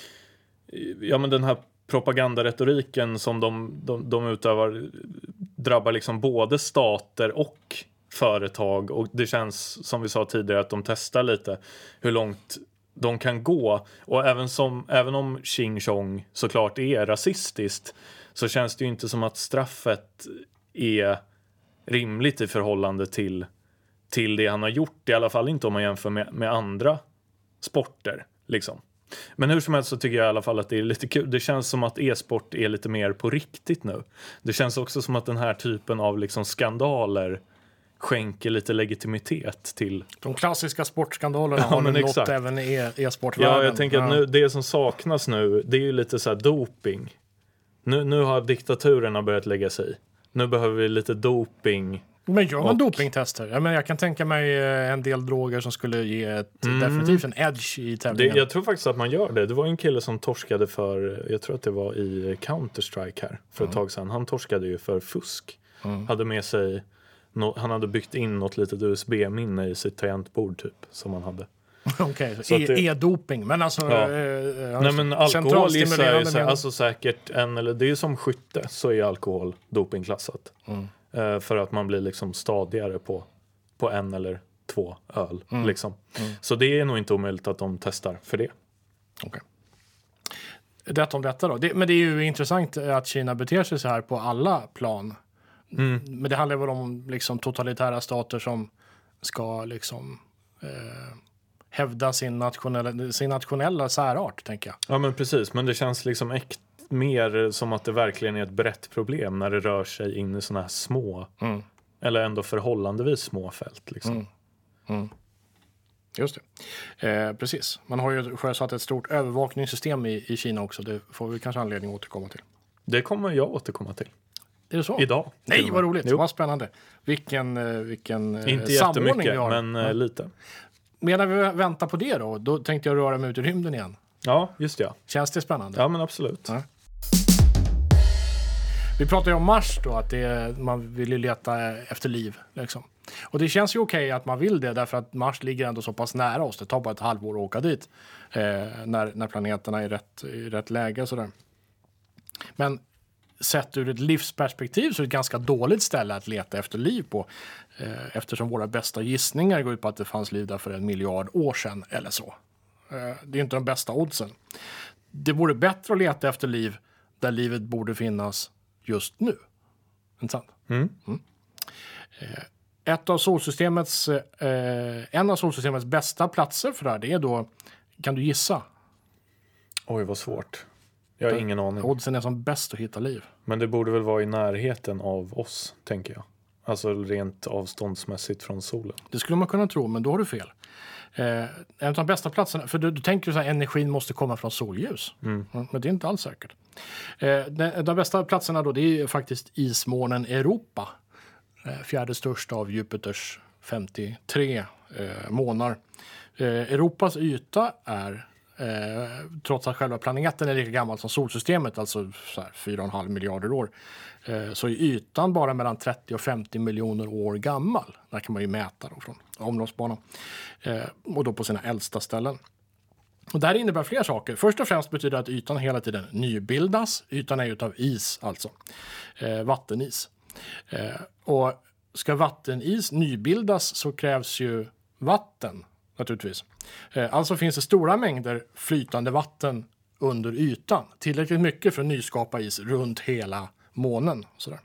Speaker 1: ja, men den här propagandaretoriken som de, de, de utövar drabbar liksom både stater och företag. Och det känns som vi sa tidigare att de testar lite hur långt de kan gå. Och även, som, även om Ching Chong såklart är rasistiskt så känns det ju inte som att straffet är rimligt i förhållande till, till det han har gjort. I alla fall inte om man jämför med, med andra sporter. Liksom. Men hur som helst så tycker jag i alla fall att det är lite kul. Det känns som att e-sport är lite mer på riktigt nu. Det känns också som att den här typen av liksom skandaler skänker lite legitimitet till...
Speaker 2: De klassiska sportskandalerna ja, har nu nått även e- e-sportvärlden.
Speaker 1: Ja, jag tänker ja. att nu, det som saknas nu, det är ju lite så här doping. Nu, nu har diktaturerna börjat lägga sig i. Nu behöver vi lite doping.
Speaker 2: Men gör man och... dopingtester? Jag, menar, jag kan tänka mig en del droger som skulle ge ett, mm. definitivt en edge i tävlingen.
Speaker 1: Det, jag tror faktiskt att man gör det. Det var en kille som torskade för, jag tror att det var i Counter-Strike här för mm. ett tag sedan. Han torskade ju för fusk. Mm. Hade med sig, no, han hade byggt in något litet U S B-minne i sitt tangentbord typ som han hade.
Speaker 2: Okej, okay, e- e-doping. Men alltså...
Speaker 1: Ja.
Speaker 2: Eh,
Speaker 1: Nej men alkohol är så, alltså säkert en, eller det är som skytte så är alkohol dopingklassat. Mm. Uh, för att man blir liksom stadigare på, på en eller två öl. Mm. Liksom. Mm. Så det är nog inte omöjligt att de testar för det.
Speaker 2: Okej. Okay. Det om detta då. Det, men det är ju intressant att Kina beter sig så här på alla plan. Mm. Men det handlar väl om liksom totalitära stater som ska liksom eh, hävda sin nationella, sin nationella särart, tänker jag.
Speaker 1: Ja men precis, men det känns liksom äkt, mer som att det verkligen är ett brett problem när det rör sig in i såna här små, mm. eller ändå förhållandevis små fält. Liksom.
Speaker 2: Mm. Mm. Just det. Eh, precis. Man har ju sjösatt ett stort övervakningssystem i, i Kina också. Det får vi kanske anledning att återkomma till.
Speaker 1: Det kommer jag återkomma till.
Speaker 2: Är det så?
Speaker 1: Idag.
Speaker 2: Nej, vad roligt. Jo. Vad spännande. Vilken, vilken
Speaker 1: Inte
Speaker 2: samordning vi har.
Speaker 1: Men ja. lite.
Speaker 2: Medan vi väntar på det då, då tänkte jag röra mig ut i rymden igen.
Speaker 1: Ja, just det.
Speaker 2: Känns det spännande?
Speaker 1: Ja, men absolut. Ja.
Speaker 2: Vi pratar ju om Mars då, att det är, man vill ju leta efter liv. Liksom. Och det känns ju okej att man vill det, därför att Mars ligger ändå så pass nära oss. Det tar bara ett halvår att åka dit eh, när, när planeterna är i rätt, i rätt läge. Sådär. Men sett ur ett livsperspektiv så är det ett ganska dåligt ställe att leta efter liv på. Eh, eftersom våra bästa gissningar går ut på att det fanns liv där för en miljard år sedan eller så. Eh, det är inte de bästa oddsen. Det vore bättre att leta efter liv där livet borde finnas just nu. Inte sant?
Speaker 1: Mm.
Speaker 2: Mm. Eh, ett av solsystemets, eh, en av solsystemets bästa platser för det här, det är då, kan du gissa?
Speaker 1: Oj, vad svårt. Jag har ingen aning.
Speaker 2: Oddsen är som bäst att hitta liv.
Speaker 1: Men det borde väl vara i närheten av oss, tänker jag. Alltså rent avståndsmässigt från solen.
Speaker 2: Det skulle man kunna tro, men då har du fel. Eh, en av de bästa platserna, för du, du tänker ju att energin måste komma från solljus.
Speaker 1: Mm.
Speaker 2: Men det är inte alls säkert. Eh, de, de bästa platserna då, det är faktiskt ismånen Europa. Eh, fjärde största av Jupiters femtiotre eh, månar. Eh, Europas yta är, eh, trots att själva planeten är lika gammal som solsystemet, alltså så här fyra komma fem miljarder år, eh, så är ytan bara mellan trettio och femtio miljoner år gammal. Där kan man ju mäta då från omloppsbanan. Eh, och då på sina äldsta ställen. Och det här innebär flera saker. Först och främst betyder det att ytan hela tiden nybildas. Ytan är utav is, alltså. Eh, vattenis. Eh, och ska vattenis nybildas så krävs ju vatten, naturligtvis. Eh, alltså finns det stora mängder flytande vatten under ytan. Tillräckligt mycket för att nyskapa is runt hela månen. Sådär.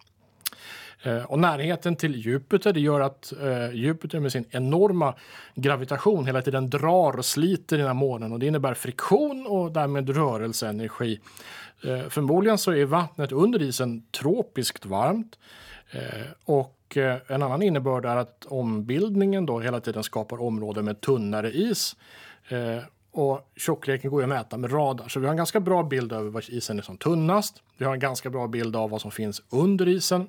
Speaker 2: Eh, och närheten till Jupiter, det gör att eh, Jupiter med sin enorma gravitation hela tiden drar och sliter i den här månen. Och det innebär friktion och därmed rörelseenergi. Eh, förmodligen så är vattnet under isen tropiskt varmt. Eh, och eh, en annan innebörd är att ombildningen då hela tiden skapar områden med tunnare is. Eh, och tjockleken går att mäta med radar. Så vi har en ganska bra bild över var isen är som tunnast. Vi har en ganska bra bild av vad som finns under isen.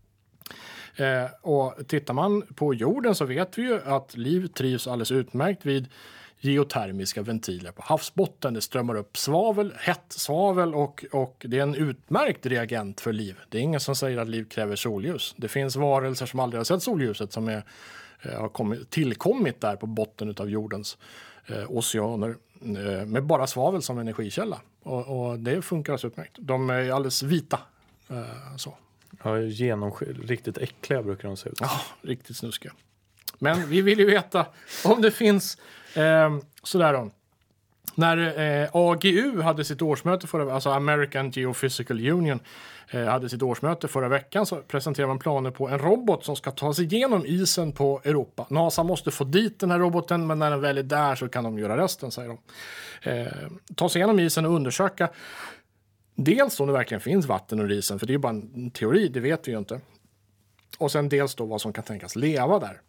Speaker 2: Eh, och tittar man på jorden så vet vi ju att liv trivs alldeles utmärkt vid geotermiska ventiler på havsbotten. Det strömmar upp svavel, hett svavel och, och det är en utmärkt reagent för liv. Det är ingen som säger att liv kräver solljus. Det finns varelser som aldrig har sett solljuset som är, eh, har kommit, tillkommit där på botten av jordens eh, oceaner eh, med bara svavel som energikälla. Och, och det funkar alltså utmärkt. De är alldeles vita. Eh, så.
Speaker 1: Ja, genomsky- riktigt äckliga brukar de se ut.
Speaker 2: Ja, riktigt snuskiga. Men vi vill ju veta om det finns eh, sådär då. När eh, A G U hade sitt årsmöte förra, alltså American Geophysical Union eh, hade sitt årsmöte förra veckan, så presenterade man planer på en robot som ska ta sig igenom isen på Europa. NASA måste få dit den här roboten, men när den väl är där så kan de göra resten, säger de. Eh, ta sig igenom isen och undersöka dels om det verkligen finns vatten under isen, för det är ju bara en teori, det vet vi ju inte. Och sen dels då vad som kan tänkas leva där.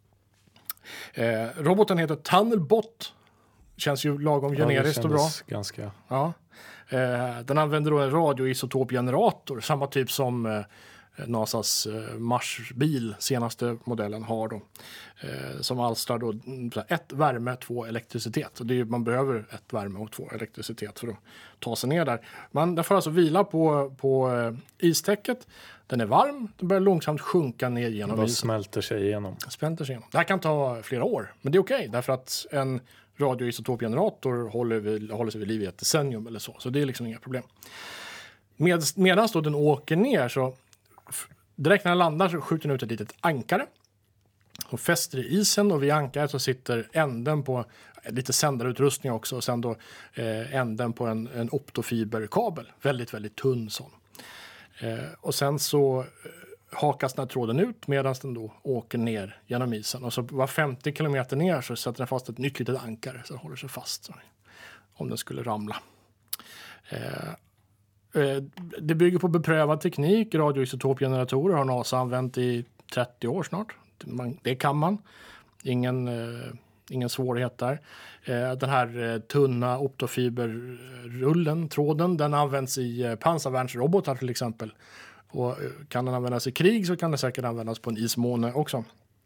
Speaker 2: Eh, roboten heter Tunnelbot. Känns ju lagom generiskt
Speaker 1: ja,
Speaker 2: och bra.
Speaker 1: Ganska.
Speaker 2: Ja. Eh, den använder då en radioisotopgenerator, samma typ som eh, NASAs eh, Mars-bil, senaste modellen, har då. Eh, som alstrar då ett värme, två elektricitet. Och det är, man behöver ett värme och två elektricitet för att ta sig ner där. Man, den får alltså vila på, på eh, istäcket. Den är varm, den börjar långsamt sjunka ner genom isen.
Speaker 1: smälter sig igenom.
Speaker 2: Smälter sig igenom. Det här kan ta flera år, men det är okej. Okay, därför att en radioisotopgenerator håller, vid, håller sig vid liv i ett decennium eller så. Så det är liksom inga problem. Med, medan då den åker ner så direkt när den landar så skjuter den ut ett litet ankare. Och fäster i isen, och vid ankaret så sitter änden på lite sändarutrustning också. Och sen då eh, änden på en, en optofiberkabel. Väldigt, väldigt tunn sån. Eh, och sen så eh, hakas den här tråden ut medan den då åker ner genom isen. Och så var femtio kilometer ner så sätter den fast ett nytt litet ankare så den håller sig fast så, om den skulle ramla. Eh, Eh, det bygger på beprövad teknik. Radioisotopgeneratorer har NASA använt i trettio år snart. Man, det kan man. Ingen, eh, ingen svårighet där. Eh, den här eh, tunna optofiberrullen, tråden, den används i eh, pansarvärnsrobotar till exempel. Och eh, kan den användas i krig så kan den säkert användas på en ismåne också.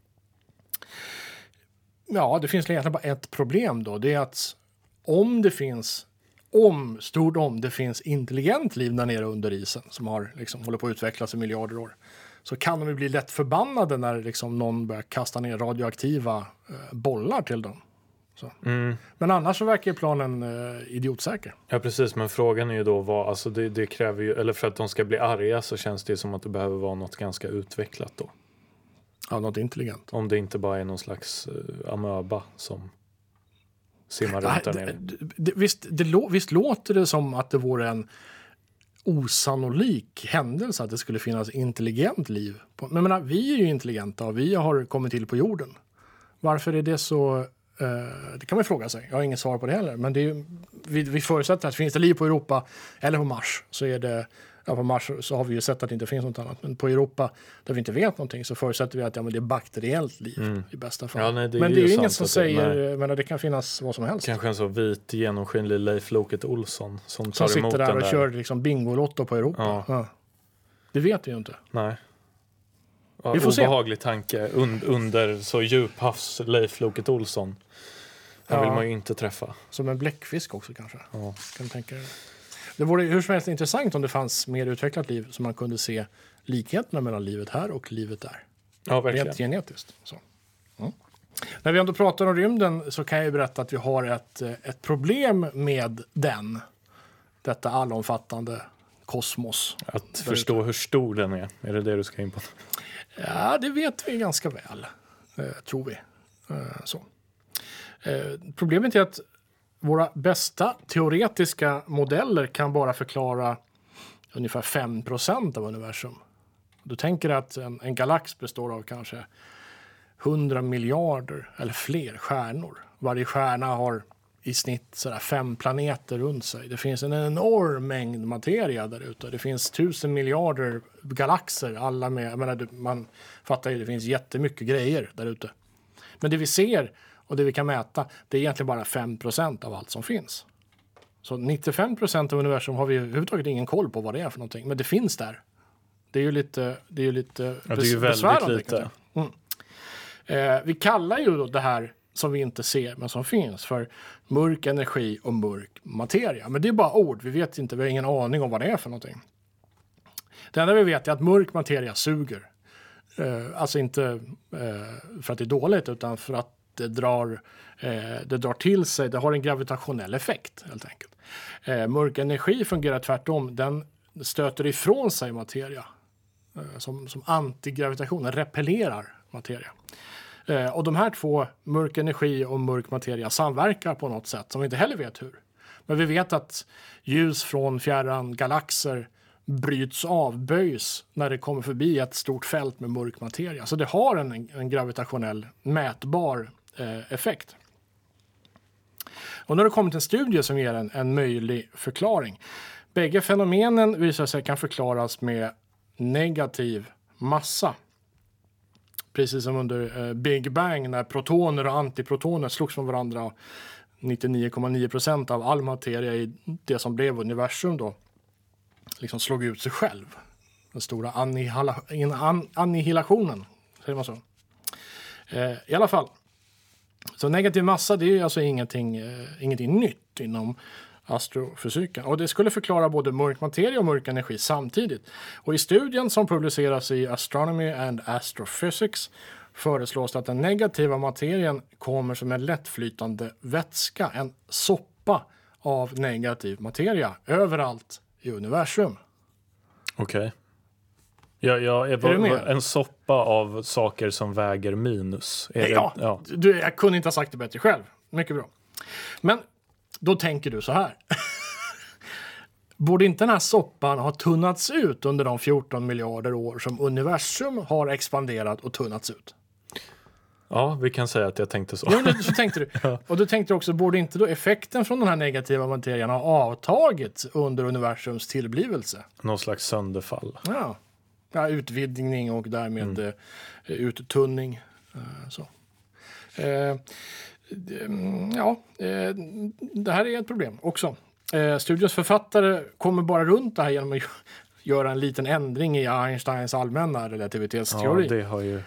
Speaker 2: Ja, det finns egentligen bara ett problem då. Det är att om det finns, om, stort om det finns intelligent liv där nere under isen som har liksom håller på att utvecklas i miljarder år, så kan de ju bli lätt förbannade när liksom någon börjar kasta ner radioaktiva eh, bollar till dem. Så.
Speaker 1: Mm.
Speaker 2: Men annars så verkar planen eh, idiotsäker.
Speaker 1: Ja, precis. Men frågan är ju då vad, alltså det, det kräver ju, eller för att de ska bli arga så känns det som att det behöver vara något ganska utvecklat då.
Speaker 2: Ja, något intelligent.
Speaker 1: Om det inte bara är någon slags uh, amöba som simmar runt där nere.
Speaker 2: Det, det, visst, det, visst låter det som att det vore en osannolik händelse att det skulle finnas intelligent liv. På, men menar, vi är ju intelligenta och vi har kommit till på jorden. Varför är det så... Uh, det kan man fråga sig. Jag har inget svar på det heller. Men det är ju, vi, vi förutsätter att finns det liv på Europa eller på Mars så är det... Ja, på Mars så har vi ju sett att det inte finns något annat. Men på Europa, där vi inte vet någonting, så förutsätter vi att ja, men det är bakteriellt liv mm. i bästa fall.
Speaker 1: Ja, nej, det
Speaker 2: men
Speaker 1: är
Speaker 2: det är
Speaker 1: ju
Speaker 2: ju inget som säger,
Speaker 1: det,
Speaker 2: men det kan finnas vad som helst.
Speaker 1: Kanske en så vit, genomskinlig Leif Loket Olsson som tar
Speaker 2: som
Speaker 1: emot
Speaker 2: sitter där och
Speaker 1: där.
Speaker 2: kör liksom bingolotto på Europa.
Speaker 1: Ja.
Speaker 2: Ja. Det vet vi ju inte.
Speaker 1: Nej. Ja,
Speaker 2: vi får
Speaker 1: obehaglig
Speaker 2: se.
Speaker 1: tanke und, under så djuphavs Leif Loket Olsson. Den
Speaker 2: Ja.
Speaker 1: vill man ju inte träffa.
Speaker 2: Som en bläckfisk också kanske.
Speaker 1: Ja.
Speaker 2: Kan du tänka dig. Det vore hur som helst intressant om det fanns mer utvecklat liv så man kunde se likheterna mellan livet här och livet där.
Speaker 1: Ja, verkligen.
Speaker 2: Rent genetiskt. Så. Mm. När vi ändå pratar om rymden så kan jag ju berätta att vi har ett, ett problem med den. Detta allomfattande kosmos.
Speaker 1: Att förstå hur stor den är. Är det det du ska in på?
Speaker 2: Ja, det vet vi ganska väl. Eh, tror vi. Eh, så. Eh, problemet är att våra bästa teoretiska modeller kan bara förklara ungefär fem procent av universum. Du tänker att en, en galax består av kanske hundra miljarder eller fler stjärnor. Varje stjärna har i snitt sådär fem planeter runt sig. Det finns en enorm mängd materia där ute. Det finns tusen miljarder galaxer. Alla med, jag menar, man fattar ju, det finns jättemycket grejer där ute. Men det vi ser och det vi kan mäta, det är egentligen bara fem procent av allt som finns. Så nittiofem procent av universum har vi överhuvudtaget ingen koll på vad det är för någonting. Men det finns där. Det är ju lite, det är ju lite
Speaker 1: ja, det är ju väldigt lite.
Speaker 2: Mm. Eh, vi kallar ju då det här som vi inte ser men som finns för mörk energi och mörk materia. Men det är bara ord. Vi vet inte, vi har ingen aning om vad det är för någonting. Det enda vi vet är att mörk materia suger. Eh, alltså inte eh, för att det är dåligt utan för att det drar, eh, det drar till sig, det har en gravitationell effekt helt enkelt. Eh, mörk energi fungerar tvärtom, den stöter ifrån sig materia. Eh, som, som antigravitation, den repellerar materia. Eh, och de här två, mörk energi och mörk materia, samverkar på något sätt som vi inte heller vet hur. Men vi vet att ljus från fjärran galaxer bryts av, böjs när det kommer förbi ett stort fält med mörk materia. Så det har en, en gravitationell mätbar eh, effekt. Och nu har det kommit en studie som ger en, en möjlig förklaring. Bägge fenomenen visar sig kan förklaras med negativ massa. Precis som under eh, Big Bang när protoner och antiprotoner slogs med varandra. nittionio komma nio procent av all materia i det som blev universum då liksom slog ut sig själv. Den stora annihila- an- annihilationen, säger man så. Eh, I alla fall. Så negativ massa, det är alltså ingenting, eh, ingenting nytt inom astrofysiken. Och det skulle förklara både mörk materia och mörk energi samtidigt. Och i studien som publiceras i Astronomy and Astrophysics föreslås att den negativa materien kommer som en lättflytande vätska, en soppa av negativ materia överallt i universum.
Speaker 1: Okej. Okay. Ja, ja, är, är var, en soppa av saker som väger minus. Är
Speaker 2: ja,
Speaker 1: det, ja.
Speaker 2: Du, jag kunde inte ha sagt det bättre själv. Mycket bra. Men då tänker du så här. Borde inte den här soppan ha tunnats ut under de fjorton miljarder år som universum har expanderat och tunnats ut?
Speaker 1: Ja, vi kan säga att jag tänkte så.
Speaker 2: Ja, men så tänkte du. Ja. Och du tänkte också, borde inte då effekten från den här negativa materien ha avtagit under universums tillblivelse?
Speaker 1: Någon slags sönderfall.
Speaker 2: Ja, ja utvidgning och därmed mm. uh, uttunning. Uh, så. Uh, ja, uh, det här är ett problem också. Uh, studios författare kommer bara runt det här genom att göra en liten ändring i Einsteins allmänna relativitetsteori.
Speaker 1: Ja, det har ju...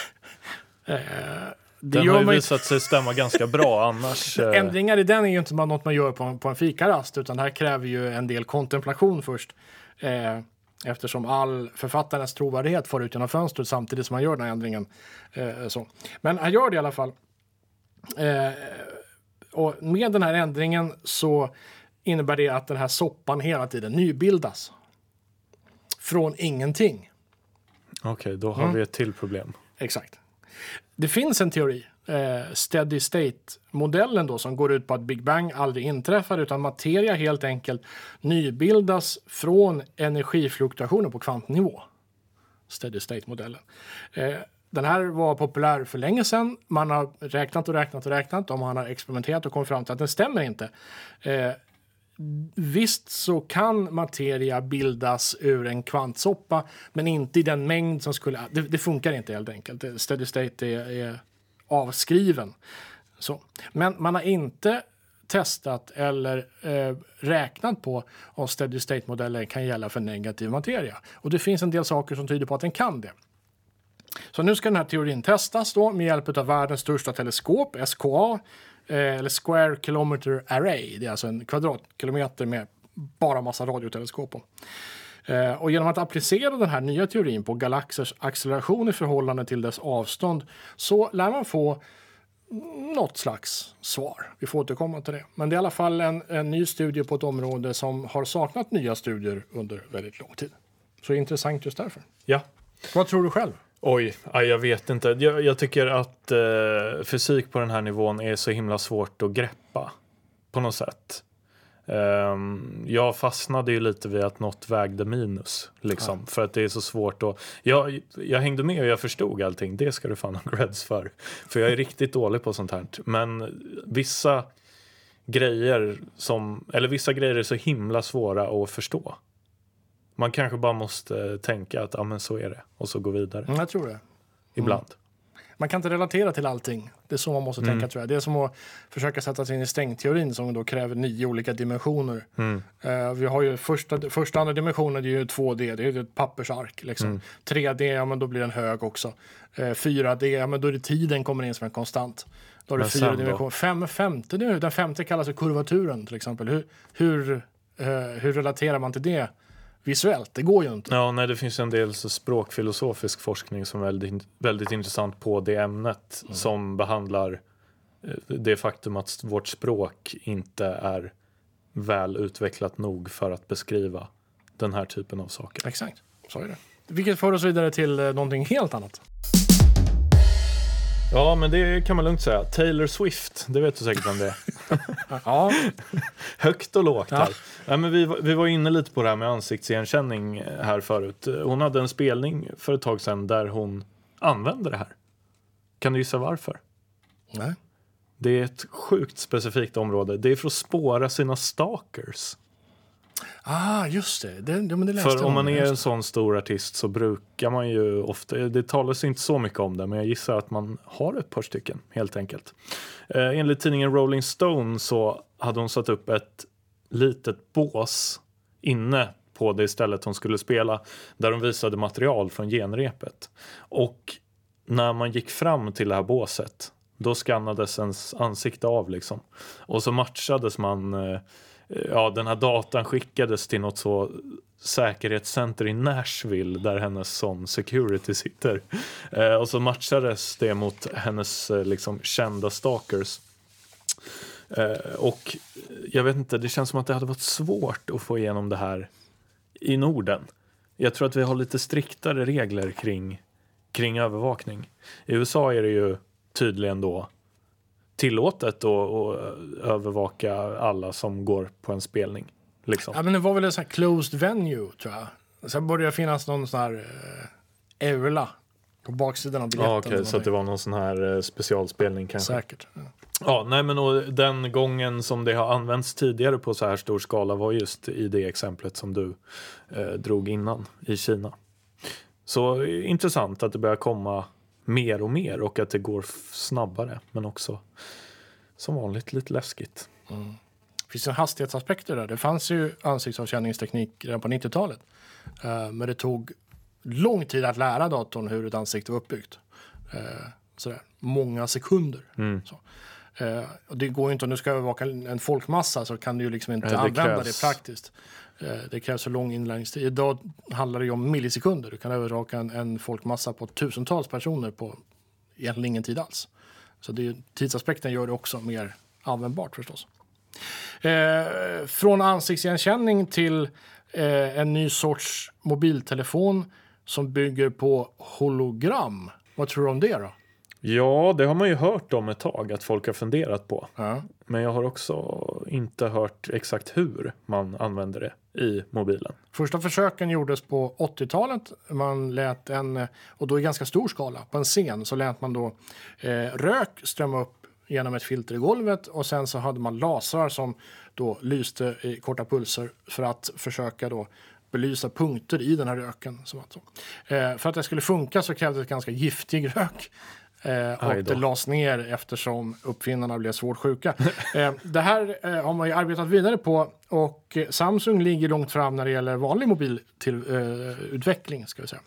Speaker 2: det
Speaker 1: den har ju visat sig stämma ganska bra annars.
Speaker 2: Ändringar i den är ju inte något man gör på en, på en fikarast, utan det här kräver ju en del kontemplation först. Eh, eftersom all författarens trovärdighet får ut genom fönstret samtidigt som man gör den här ändringen. Eh, så. Men han gör det i alla fall. Eh, och med den här ändringen så innebär det att den här soppan hela tiden nybildas. Från ingenting.
Speaker 1: Okej, okay, då har mm. vi ett till problem.
Speaker 2: Exakt. Det finns en teori, eh, steady state-modellen då, som går ut på att Big Bang aldrig inträffar utan materia helt enkelt nybildas från energifluktuationer på kvantnivå. Steady state-modellen. Eh, den här var populär för länge sedan. Man har räknat och räknat och räknat och man har experimenterat och kommit fram till att den stämmer inte. Eh, Visst så kan materia bildas ur en kvantsoppa, men inte i den mängd som skulle... Det, det funkar inte helt enkelt. Steady state är, är avskriven. Så. Men man har inte testat eller eh, räknat på om steady state-modeller kan gälla för negativ materia. Och det finns en del saker som tyder på att den kan det. Så nu ska den här teorin testas då med hjälp av världens största teleskop, S K A, eller Square Kilometer Array. Det är alltså en kvadratkilometer med bara massa radioteleskop på. Eh, och genom att applicera den här nya teorin på galaxers acceleration i förhållande till dess avstånd så lär man få något slags svar. Vi får återkomma till det. Men det är i alla fall en, en ny studie på ett område som har saknat nya studier under väldigt lång tid. Så intressant just därför.
Speaker 1: Ja.
Speaker 2: Vad tror du själv?
Speaker 1: Oj, jag vet inte. Jag, jag tycker att eh, fysik på den här nivån är så himla svårt att greppa på något sätt. Um, jag fastnade ju lite vid att något vägde minus liksom, ja. För att det är så svårt att... Jag, jag hängde med och jag förstod allting. Det ska du fan ha creds för. För jag är riktigt dålig på sånt här. Men vissa grejer som... Eller vissa grejer är så himla svåra att förstå. Man kanske bara måste tänka att ja, men så är det. Och så gå vidare.
Speaker 2: Mm, jag tror det.
Speaker 1: Ibland.
Speaker 2: Mm. Man kan inte relatera till allting. Det är så man måste mm. tänka, tror jag. Det är som att försöka sätta sig in i stängteorin som då kräver nio olika dimensioner. Mm. Uh, vi har ju första, första andra dimensionen, det är ju två D. Det är ett pappersark. Liksom. Mm. tre D, ja men då blir den hög också. Uh, fyra D, ja men då är det tiden kommer in som en konstant. Då har du fyra dimensioner. Fem, femte nu. Den femte kallas för kurvaturen till exempel. Hur, hur, uh, hur relaterar man till det? Visuellt, det går ju inte.
Speaker 1: Ja, nej, det finns en del så språkfilosofisk forskning som är väldigt, väldigt intressant på det ämnet mm. som behandlar det faktum att vårt språk inte är väl utvecklat nog för att beskriva den här typen av saker.
Speaker 2: Exakt, så är det. Vilket för oss vidare till någonting helt annat.
Speaker 1: Ja, men det kan man lugnt säga. Taylor Swift, det vet du säkert om det är.
Speaker 2: Ja.
Speaker 1: Högt och lågt här. Ja. Nej, men vi, vi var inne lite på det här med ansiktsigenkänning här förut. Hon hade en spelning för ett tag sedan där hon använde det här. Kan du gissa varför?
Speaker 2: Nej.
Speaker 1: Det är ett sjukt specifikt område. Det är för att spåra sina stalkers.
Speaker 2: Ah, just det. det, det, men det läste
Speaker 1: för om man är en sån stor artist så brukar man ju ofta... Det talas inte så mycket om det, men jag gissar att man har ett par stycken, helt enkelt. Eh, enligt tidningen Rolling Stone så hade hon satt upp ett litet bås inne på det stället hon skulle spela, där de visade material från genrepet. Och när man gick fram till det här båset, då skannades ens ansikte av liksom. Och så matchades man... Eh, Ja, den här datan skickades till något så säkerhetscenter i Nashville där hennes sån security sitter. Eh, och så matchades det mot hennes eh, liksom kända stalkers. Eh, och jag vet inte, det känns som att det hade varit svårt att få igenom det här i Norden. Jag tror att vi har lite striktare regler kring, kring övervakning. I U S A är det ju tydligen då tillåtet att övervaka alla som går på en spelning. Liksom.
Speaker 2: Ja, men det var väl en sån här closed venue, tror jag. Sen började det finnas någon sån här uh, Eula På baksidan av biljetten.
Speaker 1: Ja, okej, så att det var någon sån här specialspelning kanske.
Speaker 2: Säkert. Ja,
Speaker 1: ja nej men och den gången som det har använts tidigare på så här stor skala var just i det exemplet som du eh, drog innan i Kina. Så intressant att det börjar komma mer och mer och att det går snabbare, men också som vanligt lite läskigt.
Speaker 2: Mm. Det finns en hastighetsaspekter där. Det fanns ju ansiktsavkänningsteknik redan på nittiotalet. Uh, men det tog lång tid att lära datorn hur ett ansikte var uppbyggt. Uh, sådär. Många sekunder.
Speaker 1: Mm.
Speaker 2: Så. Uh, och det går ju inte, om du ska övervaka en folkmassa så kan du ju liksom inte
Speaker 1: det
Speaker 2: använda
Speaker 1: krävs...
Speaker 2: det praktiskt. Uh, det krävs så lång inlärningstid. Idag handlar det ju om millisekunder. Du kan övervaka en, en folkmassa på tusentals personer på egentligen ingen tid alls. Så det, tidsaspekten gör det också mer användbart förstås. Eh, från ansiktsigenkänning till eh, en ny sorts mobiltelefon som bygger på hologram. Vad tror du om det då?
Speaker 1: Ja, det har man ju hört om ett tag att folk har funderat på.
Speaker 2: Ja.
Speaker 1: Men jag har också inte hört exakt hur man använder det i mobilen.
Speaker 2: Första försöken gjordes på åttiotalet. Man lät en, och då i ganska stor skala, på en scen så lät man då eh, rök strömma upp genom ett filter i golvet och sen så hade man lasrar som då lyste i korta pulser för att försöka då belysa punkter i den här röken. Som att så. Eh, för att det skulle funka så krävdes ett ganska giftig rök. Eh, och det lades ner eftersom uppfinnarna blev svårt sjuka. eh, det här eh, har man ju arbetat vidare på och Samsung ligger långt fram när det gäller vanlig mobilutveckling eh, ska vi säga.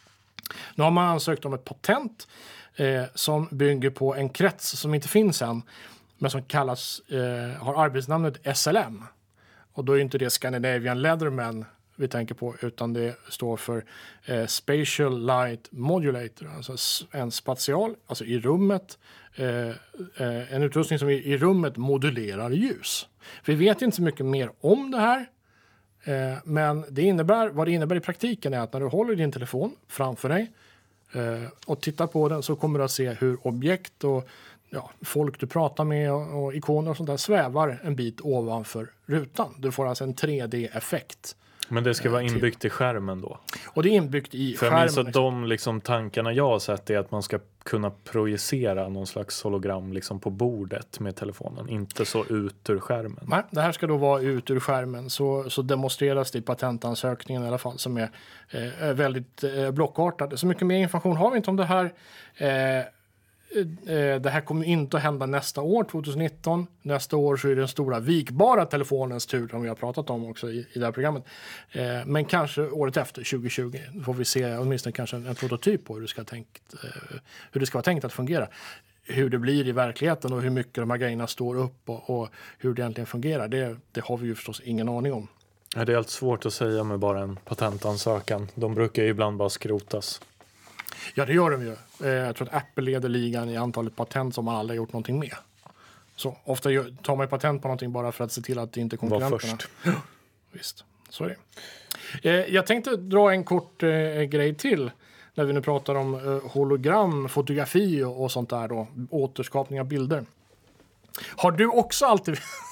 Speaker 2: Nu har man ansökt om ett patent eh, som bygger på en krets som inte finns än men som kallas, eh, har arbetsnamnet S L M. Och då är inte det Scandinavian Leatherman vi tänker på utan det står för eh, Spatial Light Modulator, alltså en spatial, alltså i rummet, eh, eh, en utrustning som i, i rummet modulerar ljus. Vi vet inte så mycket mer om det här, eh, men det innebär, vad det innebär i praktiken är att när du håller din telefon framför dig eh, och tittar på den så kommer du att se hur objekt och ja, folk du pratar med och, och ikoner och sånt där svävar en bit ovanför rutan. Du får alltså en tre D-effekt.
Speaker 1: Men det ska vara inbyggt i skärmen då?
Speaker 2: Och det är inbyggt i
Speaker 1: För
Speaker 2: skärmen.
Speaker 1: jag minns att de liksom, tankarna jag har sett är att man ska kunna projicera någon slags hologram liksom på bordet med telefonen. Inte så ut ur skärmen.
Speaker 2: Nej, det här ska då vara ut ur skärmen. Så, så demonstreras det i patentansökningen i alla fall som är eh, väldigt eh, blockartad. Så mycket mer information har vi inte om det här. Eh, Det här kommer inte att hända nästa år, tjugonitton. Nästa år så är det den stora vikbara telefonens tur som vi har pratat om också i, i det här programmet. Eh, men kanske året efter, tjugohundratjugo, får vi se åtminstone kanske en, en prototyp på hur det, ska tänkt, eh, hur det ska vara tänkt att fungera. Hur det blir i verkligheten och hur mycket de här grejerna står upp och, och hur det egentligen fungerar. Det, det har vi ju förstås ingen aning om.
Speaker 1: Ja, det är allt svårt att säga med bara en patentansökan. De brukar ju ibland bara skrotas. Ja,
Speaker 2: det gör de ju. Jag tror att Apple leder ligan i antalet patent som man aldrig gjort någonting med. Så ofta tar man patent på någonting bara för att se till att det inte är konkurrenterna.
Speaker 1: Var först.
Speaker 2: Ja, visst, så är det. Jag tänkte dra en kort eh, grej till när vi nu pratar om eh, hologram, fotografi och, och sånt där då. Återskapning av bilder. Har du också alltid...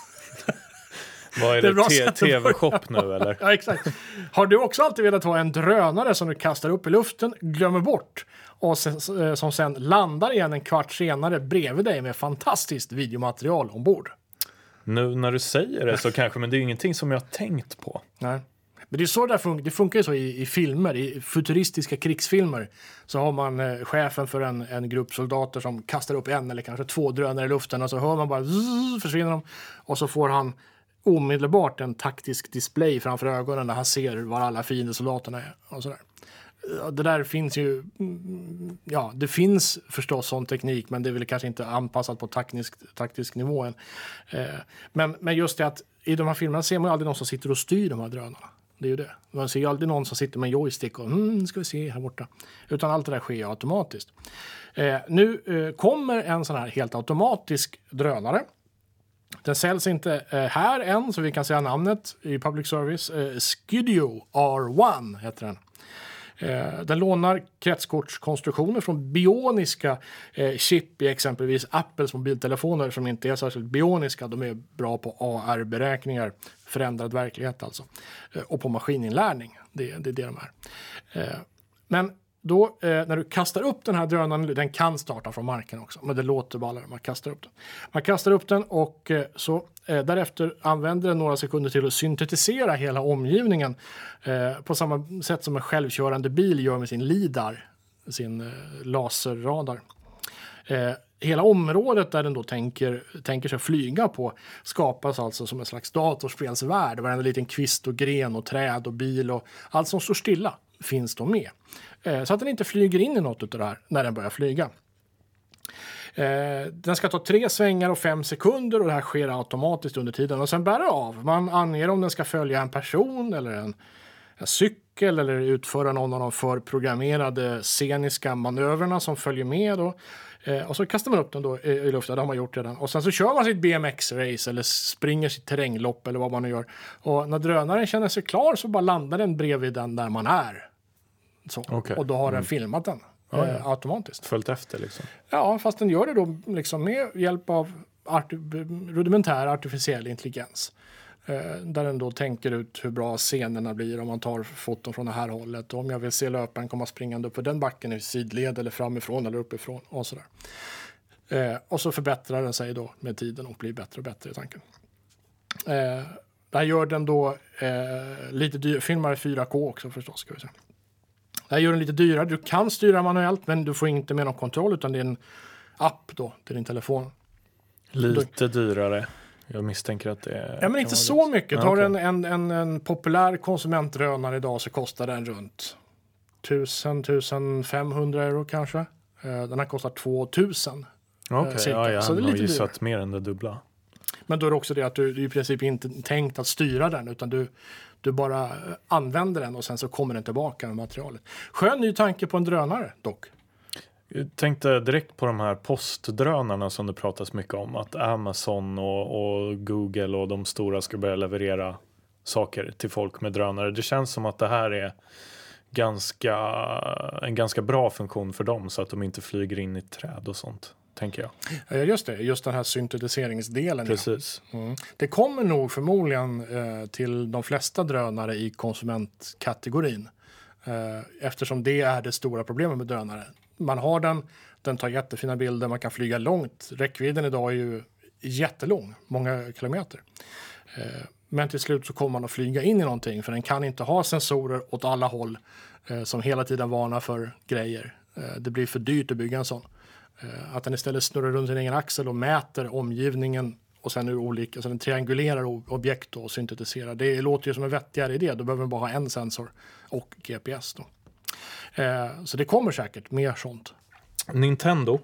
Speaker 1: Vad är det, det T V-shop nu eller?
Speaker 2: Ja, exakt. Har du också alltid velat ha en drönare som du kastar upp i luften, glömmer bort och sen, som sen landar igen en kvart senare bredvid dig med fantastiskt videomaterial ombord?
Speaker 1: Nu när du säger det så kanske, men det är ju ingenting som jag har tänkt på.
Speaker 2: Nej. Men det är så det funkar, det funkar ju så i, i filmer, i futuristiska krigsfilmer så har man eh, chefen för en, en grupp soldater som kastar upp en eller kanske två drönare i luften och så hör man bara zzz, försvinner de och så får han omedelbart en taktisk display framför ögonen där han ser var alla fiendesoldaterna är och sådär. Det där finns ju, ja, det finns förstås sån teknik men det är väl kanske inte anpassat på taktisk, taktisk nivå än. Men, men just det att i de här filmerna ser man ju aldrig någon som sitter och styr de här drönarna. Det är ju det. Man ser ju aldrig någon som sitter med en joystick och mm, ska vi se här borta. Utan allt det där sker ju automatiskt. Eh, nu eh, kommer en sån här helt automatisk drönare. Den säljs inte eh, här än så vi kan säga namnet i public service. Eh, Skydio R ett heter den. Eh, den lånar kretskortskonstruktioner från bioniska eh, chip i exempelvis Apples mobiltelefoner som inte är särskilt bioniska. De är bra på A R-beräkningar, förändrad verklighet alltså. Eh, och på maskininlärning, det, det är det de är. Eh, men då eh, när du kastar upp den här drönaren, den kan starta från marken också, men det låter bara när man kastar upp den. Man kastar upp den och eh, så eh, därefter använder den några sekunder till att syntetisera hela omgivningen eh, på samma sätt som en självkörande bil gör med sin lidar, sin eh, laserradar. Eh, hela området där den då tänker, tänker sig flyga på skapas alltså som en slags datorspelsvärld. Varenda liten kvist och gren och träd och bil och allt som står stilla finns då med. Eh, så att den inte flyger in i något av det här när den börjar flyga. Eh, den ska ta tre svängar och fem sekunder och det här sker automatiskt under tiden. Och sen bär det av. Man anger om den ska följa en person eller en, en cykel eller utföra någon av de förprogrammerade sceniska manöverna som följer med då. Eh, och så kastar man upp den då i, i luften, det har man gjort redan. Och sen så kör man sitt B M X-race eller springer sitt terränglopp eller vad man nu gör. Och när drönaren känner sig klar så bara landar den bredvid den där man är. Så. Okay. Och då har den mm. filmat den
Speaker 1: ja,
Speaker 2: eh,
Speaker 1: ja.
Speaker 2: automatiskt.
Speaker 1: Följt efter liksom.
Speaker 2: Ja, fast den gör det då liksom med hjälp av arti- rudimentär artificiell intelligens. Eh, där den då tänker ut hur bra scenerna blir om man tar foton från det här hållet. Och om jag vill se löparen komma springande upp för den backen i sidled eller framifrån eller uppifrån och sådär. Eh, och så förbättrar den sig då med tiden och blir bättre och bättre i tanken. Eh, det här gör den då eh, lite dyr, filmar i fyra K också förstås ska vi säga. Det här gör den lite dyrare. Du kan styra manuellt men du får inte med någon kontroll utan det är en app då till din telefon.
Speaker 1: Lite dyrare. Jag misstänker att det är...
Speaker 2: Ja, men inte så mycket. Tar ja, okay. en, en, en, en populär konsumentdrönare idag så kostar den runt tusen till femhundra euro kanske. Den här kostar tvåtusen.
Speaker 1: Okej, okay, ja, jag har nog gissat mer än det dubbla.
Speaker 2: Men då är det också det att du, du i princip inte tänkt att styra den utan du, du bara använder den och sen så kommer den tillbaka med materialet. Skön ny tanke på en drönare dock.
Speaker 1: Jag tänkte direkt på de här postdrönarna som det pratas mycket om. Att Amazon och, och Google och de stora ska börja leverera saker till folk med drönare. Det känns som att det här är ganska, en ganska bra funktion för dem så att de inte flyger in i träd och sånt, tänker jag.
Speaker 2: Ja, just det. Just den här syntetiseringsdelen.
Speaker 1: Precis.
Speaker 2: Ja. Mm. Det kommer nog förmodligen eh, till de flesta drönare i konsumentkategorin. Eh, eftersom det är det stora problemet med drönare. Man har den, den tar jättefina bilder, man kan flyga långt. Räckvidden idag är ju jättelång, många kilometer. Eh, men till slut så kommer man att flyga in i någonting för den kan inte ha sensorer åt alla håll eh, som hela tiden varnar för grejer. Eh, det blir för dyrt att bygga en sån. Eh, att den istället snurrar runt sin egen axel och mäter omgivningen och sen ur olika, så den triangulerar objekt och syntetiserar. Det låter ju som en vettigare idé, då behöver man bara ha en sensor och G P S då. Eh, så det kommer säkert mer sånt.
Speaker 1: Nintendo,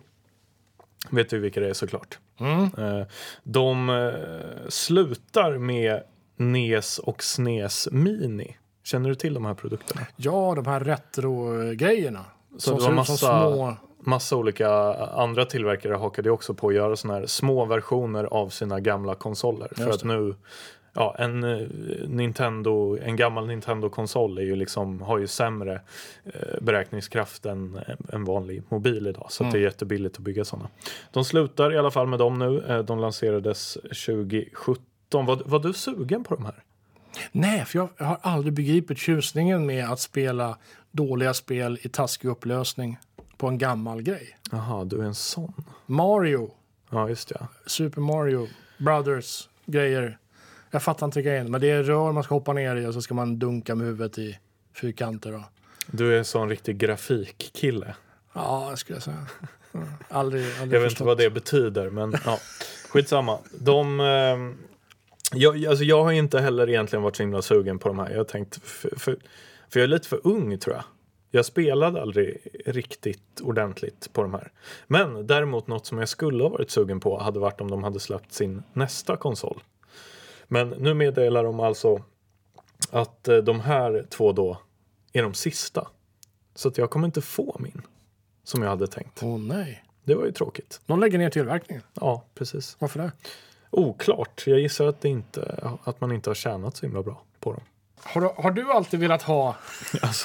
Speaker 1: vet du vilka det är såklart.
Speaker 2: Mm.
Speaker 1: Eh, de eh, slutar med N E S och S N E S Mini. Känner du till de här produkterna?
Speaker 2: Ja, de här retro-grejerna.
Speaker 1: Så
Speaker 2: som
Speaker 1: det var massa,
Speaker 2: små...
Speaker 1: massa olika andra tillverkare hakade också på att göra såna här små versioner av sina gamla konsoler. Just för att det. nu... Ja, en uh, Nintendo, en gammal Nintendo-konsol är ju liksom, har ju sämre uh, beräkningskraft än en vanlig mobil idag. Så mm. att det är jättebilligt att bygga sådana. De slutar i alla fall med dem nu. Uh, de lanserades tjugo sjutton. Var, var du sugen på de här?
Speaker 2: Nej, för jag har aldrig begripit tjusningen med att spela dåliga spel i taskig upplösning på en gammal grej.
Speaker 1: Jaha, du är en sån.
Speaker 2: Mario.
Speaker 1: Ja, just det.
Speaker 2: Super Mario Brothers grejer. Jag fattar inte grejen, men det är rör man ska hoppa ner i och så ska man dunka med huvudet i fyrkanter. Och...
Speaker 1: Du är en sån riktig grafikkille.
Speaker 2: Ja, det skulle jag säga. Aldrig, aldrig
Speaker 1: jag vet
Speaker 2: förstått.
Speaker 1: inte vad det betyder, men ja, skitsamma. De, eh, jag, alltså jag har inte heller egentligen varit så himla sugen på de här. Jag har tänkt, för, för, för jag är lite för ung tror jag. Jag spelade aldrig riktigt ordentligt på de här. Men däremot något som jag skulle ha varit sugen på hade varit om de hade släppt sin nästa konsol. Men nu meddelar de alltså att de här två då är de sista. Så att jag kommer inte få min som jag hade tänkt.
Speaker 2: Åh oh, nej.
Speaker 1: Det var ju tråkigt.
Speaker 2: De lägger ner tillverkningen?
Speaker 1: Ja, precis.
Speaker 2: Varför det?
Speaker 1: Oklart. Jag gissar att, det inte, att man inte har tjänat så himla bra på dem.
Speaker 2: Har du, har du alltid velat ha...
Speaker 1: Alltså.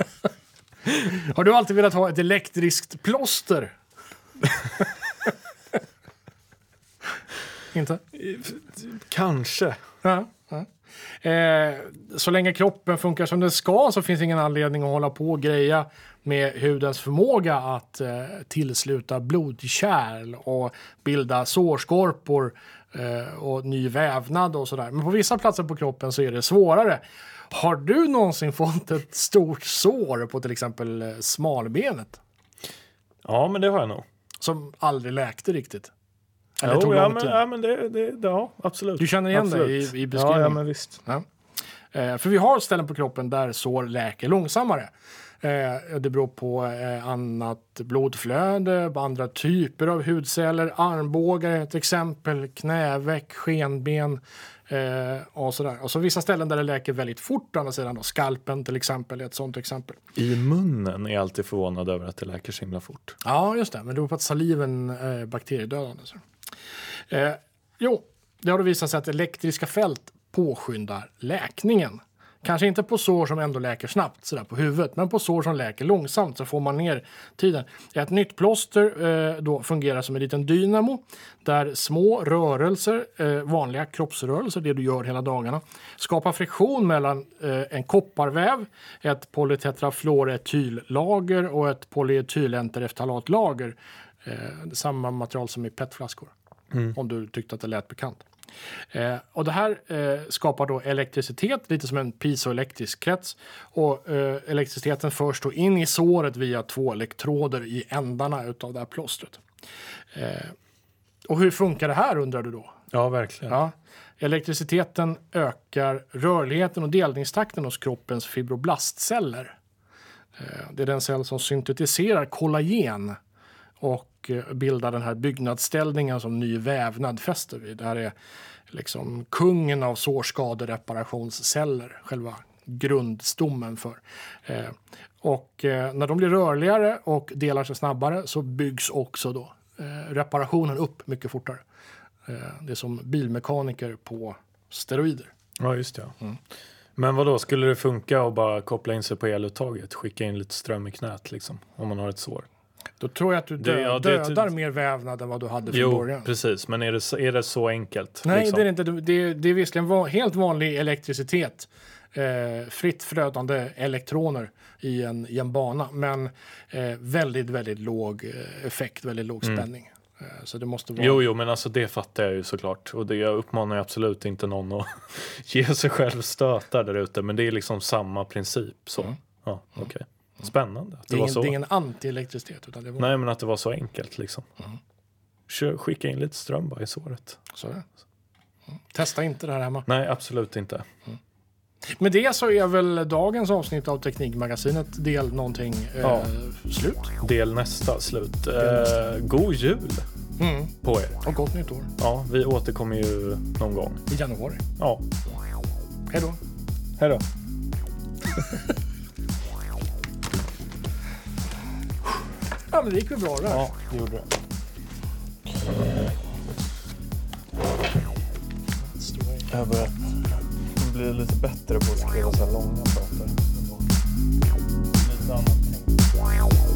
Speaker 2: Har du alltid velat ha ett elektriskt plåster? Inte?
Speaker 1: Kanske.
Speaker 2: Ja, ja. Eh, så länge kroppen funkar som den ska så finns ingen anledning att hålla på och greja med hudens förmåga att eh, tillsluta blodkärl och bilda sårskorpor eh, och ny vävnad och sådär. Men på vissa platser på kroppen så är det svårare. Har du någonsin fått ett stort sår på till exempel eh, smalbenet?
Speaker 1: Ja, men det har jag nog.
Speaker 2: Som aldrig läkte riktigt? Eller
Speaker 1: Jo,
Speaker 2: tog
Speaker 1: ja,
Speaker 2: lång
Speaker 1: men,
Speaker 2: tid?
Speaker 1: ja, men det, det, ja, absolut.
Speaker 2: Du känner igen
Speaker 1: absolut.
Speaker 2: det i, i beskrivningen?
Speaker 1: Ja, ja, men visst.
Speaker 2: Ja. Eh, för vi har ställen på kroppen där sår läker långsammare. Eh, det beror på eh, annat blodflöde, på andra typer av hudceller, armbågar ett exempel, knäveck, skenben eh, och sådär. Och så vissa ställen där det läker väldigt fort, andra sidan då, skalpen till exempel är ett sånt exempel.
Speaker 1: I munnen är jag alltid förvånad över att det läker så himla fort.
Speaker 2: Ja, just det. Men det beror på att saliven är bakteriedödande. Så. Eh, jo, det har då visat sig att elektriska fält påskyndar läkningen. Kanske inte på sår som ändå läker snabbt sådär på huvudet, men på sår som läker långsamt så får man ner tiden. Ett nytt plåster eh, då fungerar som en liten dynamo där små rörelser, eh, vanliga kroppsrörelser, det du gör hela dagarna, skapar friktion mellan eh, en kopparväv, ett polytetrafluoretyllager och ett polyetylentereftalatlager. Eh, samma material som i petflaskor, mm. om du tyckte att det lät bekant. Eh, och det här eh, skapar då elektricitet, lite som en piezoelektrisk krets. Och eh, elektriciteten förs då in i såret via två elektroder i ändarna utav det här plåstret. Eh, och hur funkar det här, undrar du då?
Speaker 1: Ja, verkligen.
Speaker 2: Ja. Elektriciteten ökar rörligheten och delningstakten hos kroppens fibroblastceller. Eh, det är den cell som syntetiserar kollagen och bildar den här byggnadsställningen som ny vävnad fäster vid. Det här är liksom kungen av sårskadereparationsceller, själva grundstommen för. Eh, och eh, när de blir rörligare och delar sig snabbare så byggs också då eh, reparationen upp mycket fortare. Eh, det är som bilmekaniker på steroider.
Speaker 1: Ja, just det. Mm. Men vad då, skulle det funka att bara koppla in sig på eluttaget, skicka in lite ström i knät liksom, om man har ett sår?
Speaker 2: Då tror jag att du dö- det, ja, det, dödar det, mer vävnad än vad du hade från
Speaker 1: jo,
Speaker 2: början.
Speaker 1: Jo, precis. Men är det, är det så enkelt?
Speaker 2: Nej,
Speaker 1: liksom?
Speaker 2: det är det inte. Det är, det är visserligen va- helt vanlig elektricitet. Eh, fritt flödande elektroner i en, i en bana. Men eh, väldigt, väldigt låg effekt, väldigt låg mm. spänning. Eh, så det måste vara...
Speaker 1: Jo, jo, men alltså det fattar jag ju såklart. Och det, jag uppmanar ju absolut inte någon att ge sig själv stötar där ute. Men det är liksom samma princip. Så, mm. ja, okej. Okay. Spännande. Att det,
Speaker 2: det, är
Speaker 1: var
Speaker 2: ingen,
Speaker 1: så...
Speaker 2: det är ingen anti-elektricitet. Utan det var...
Speaker 1: Nej, men att det var så enkelt liksom. Mm. Kör, skicka in lite ström bara i såret.
Speaker 2: Så är det. Mm. Testa inte det här hemma.
Speaker 1: Nej, absolut inte.
Speaker 2: Mm. Med det så är väl dagens avsnitt av Teknikmagasinet del någonting eh, ja. slut.
Speaker 1: Del nästa slut. Eh, god jul mm. på er.
Speaker 2: Och gott nytt år.
Speaker 1: Ja, vi återkommer ju någon gång.
Speaker 2: I januari.
Speaker 1: Ja.
Speaker 2: Hej då.
Speaker 1: Hej då.
Speaker 2: Ja, men det gick väl bra det här.
Speaker 1: Ja, det gjorde det. Jag börjar bli lite bättre på att skriva så här långa pratar. Lite annat.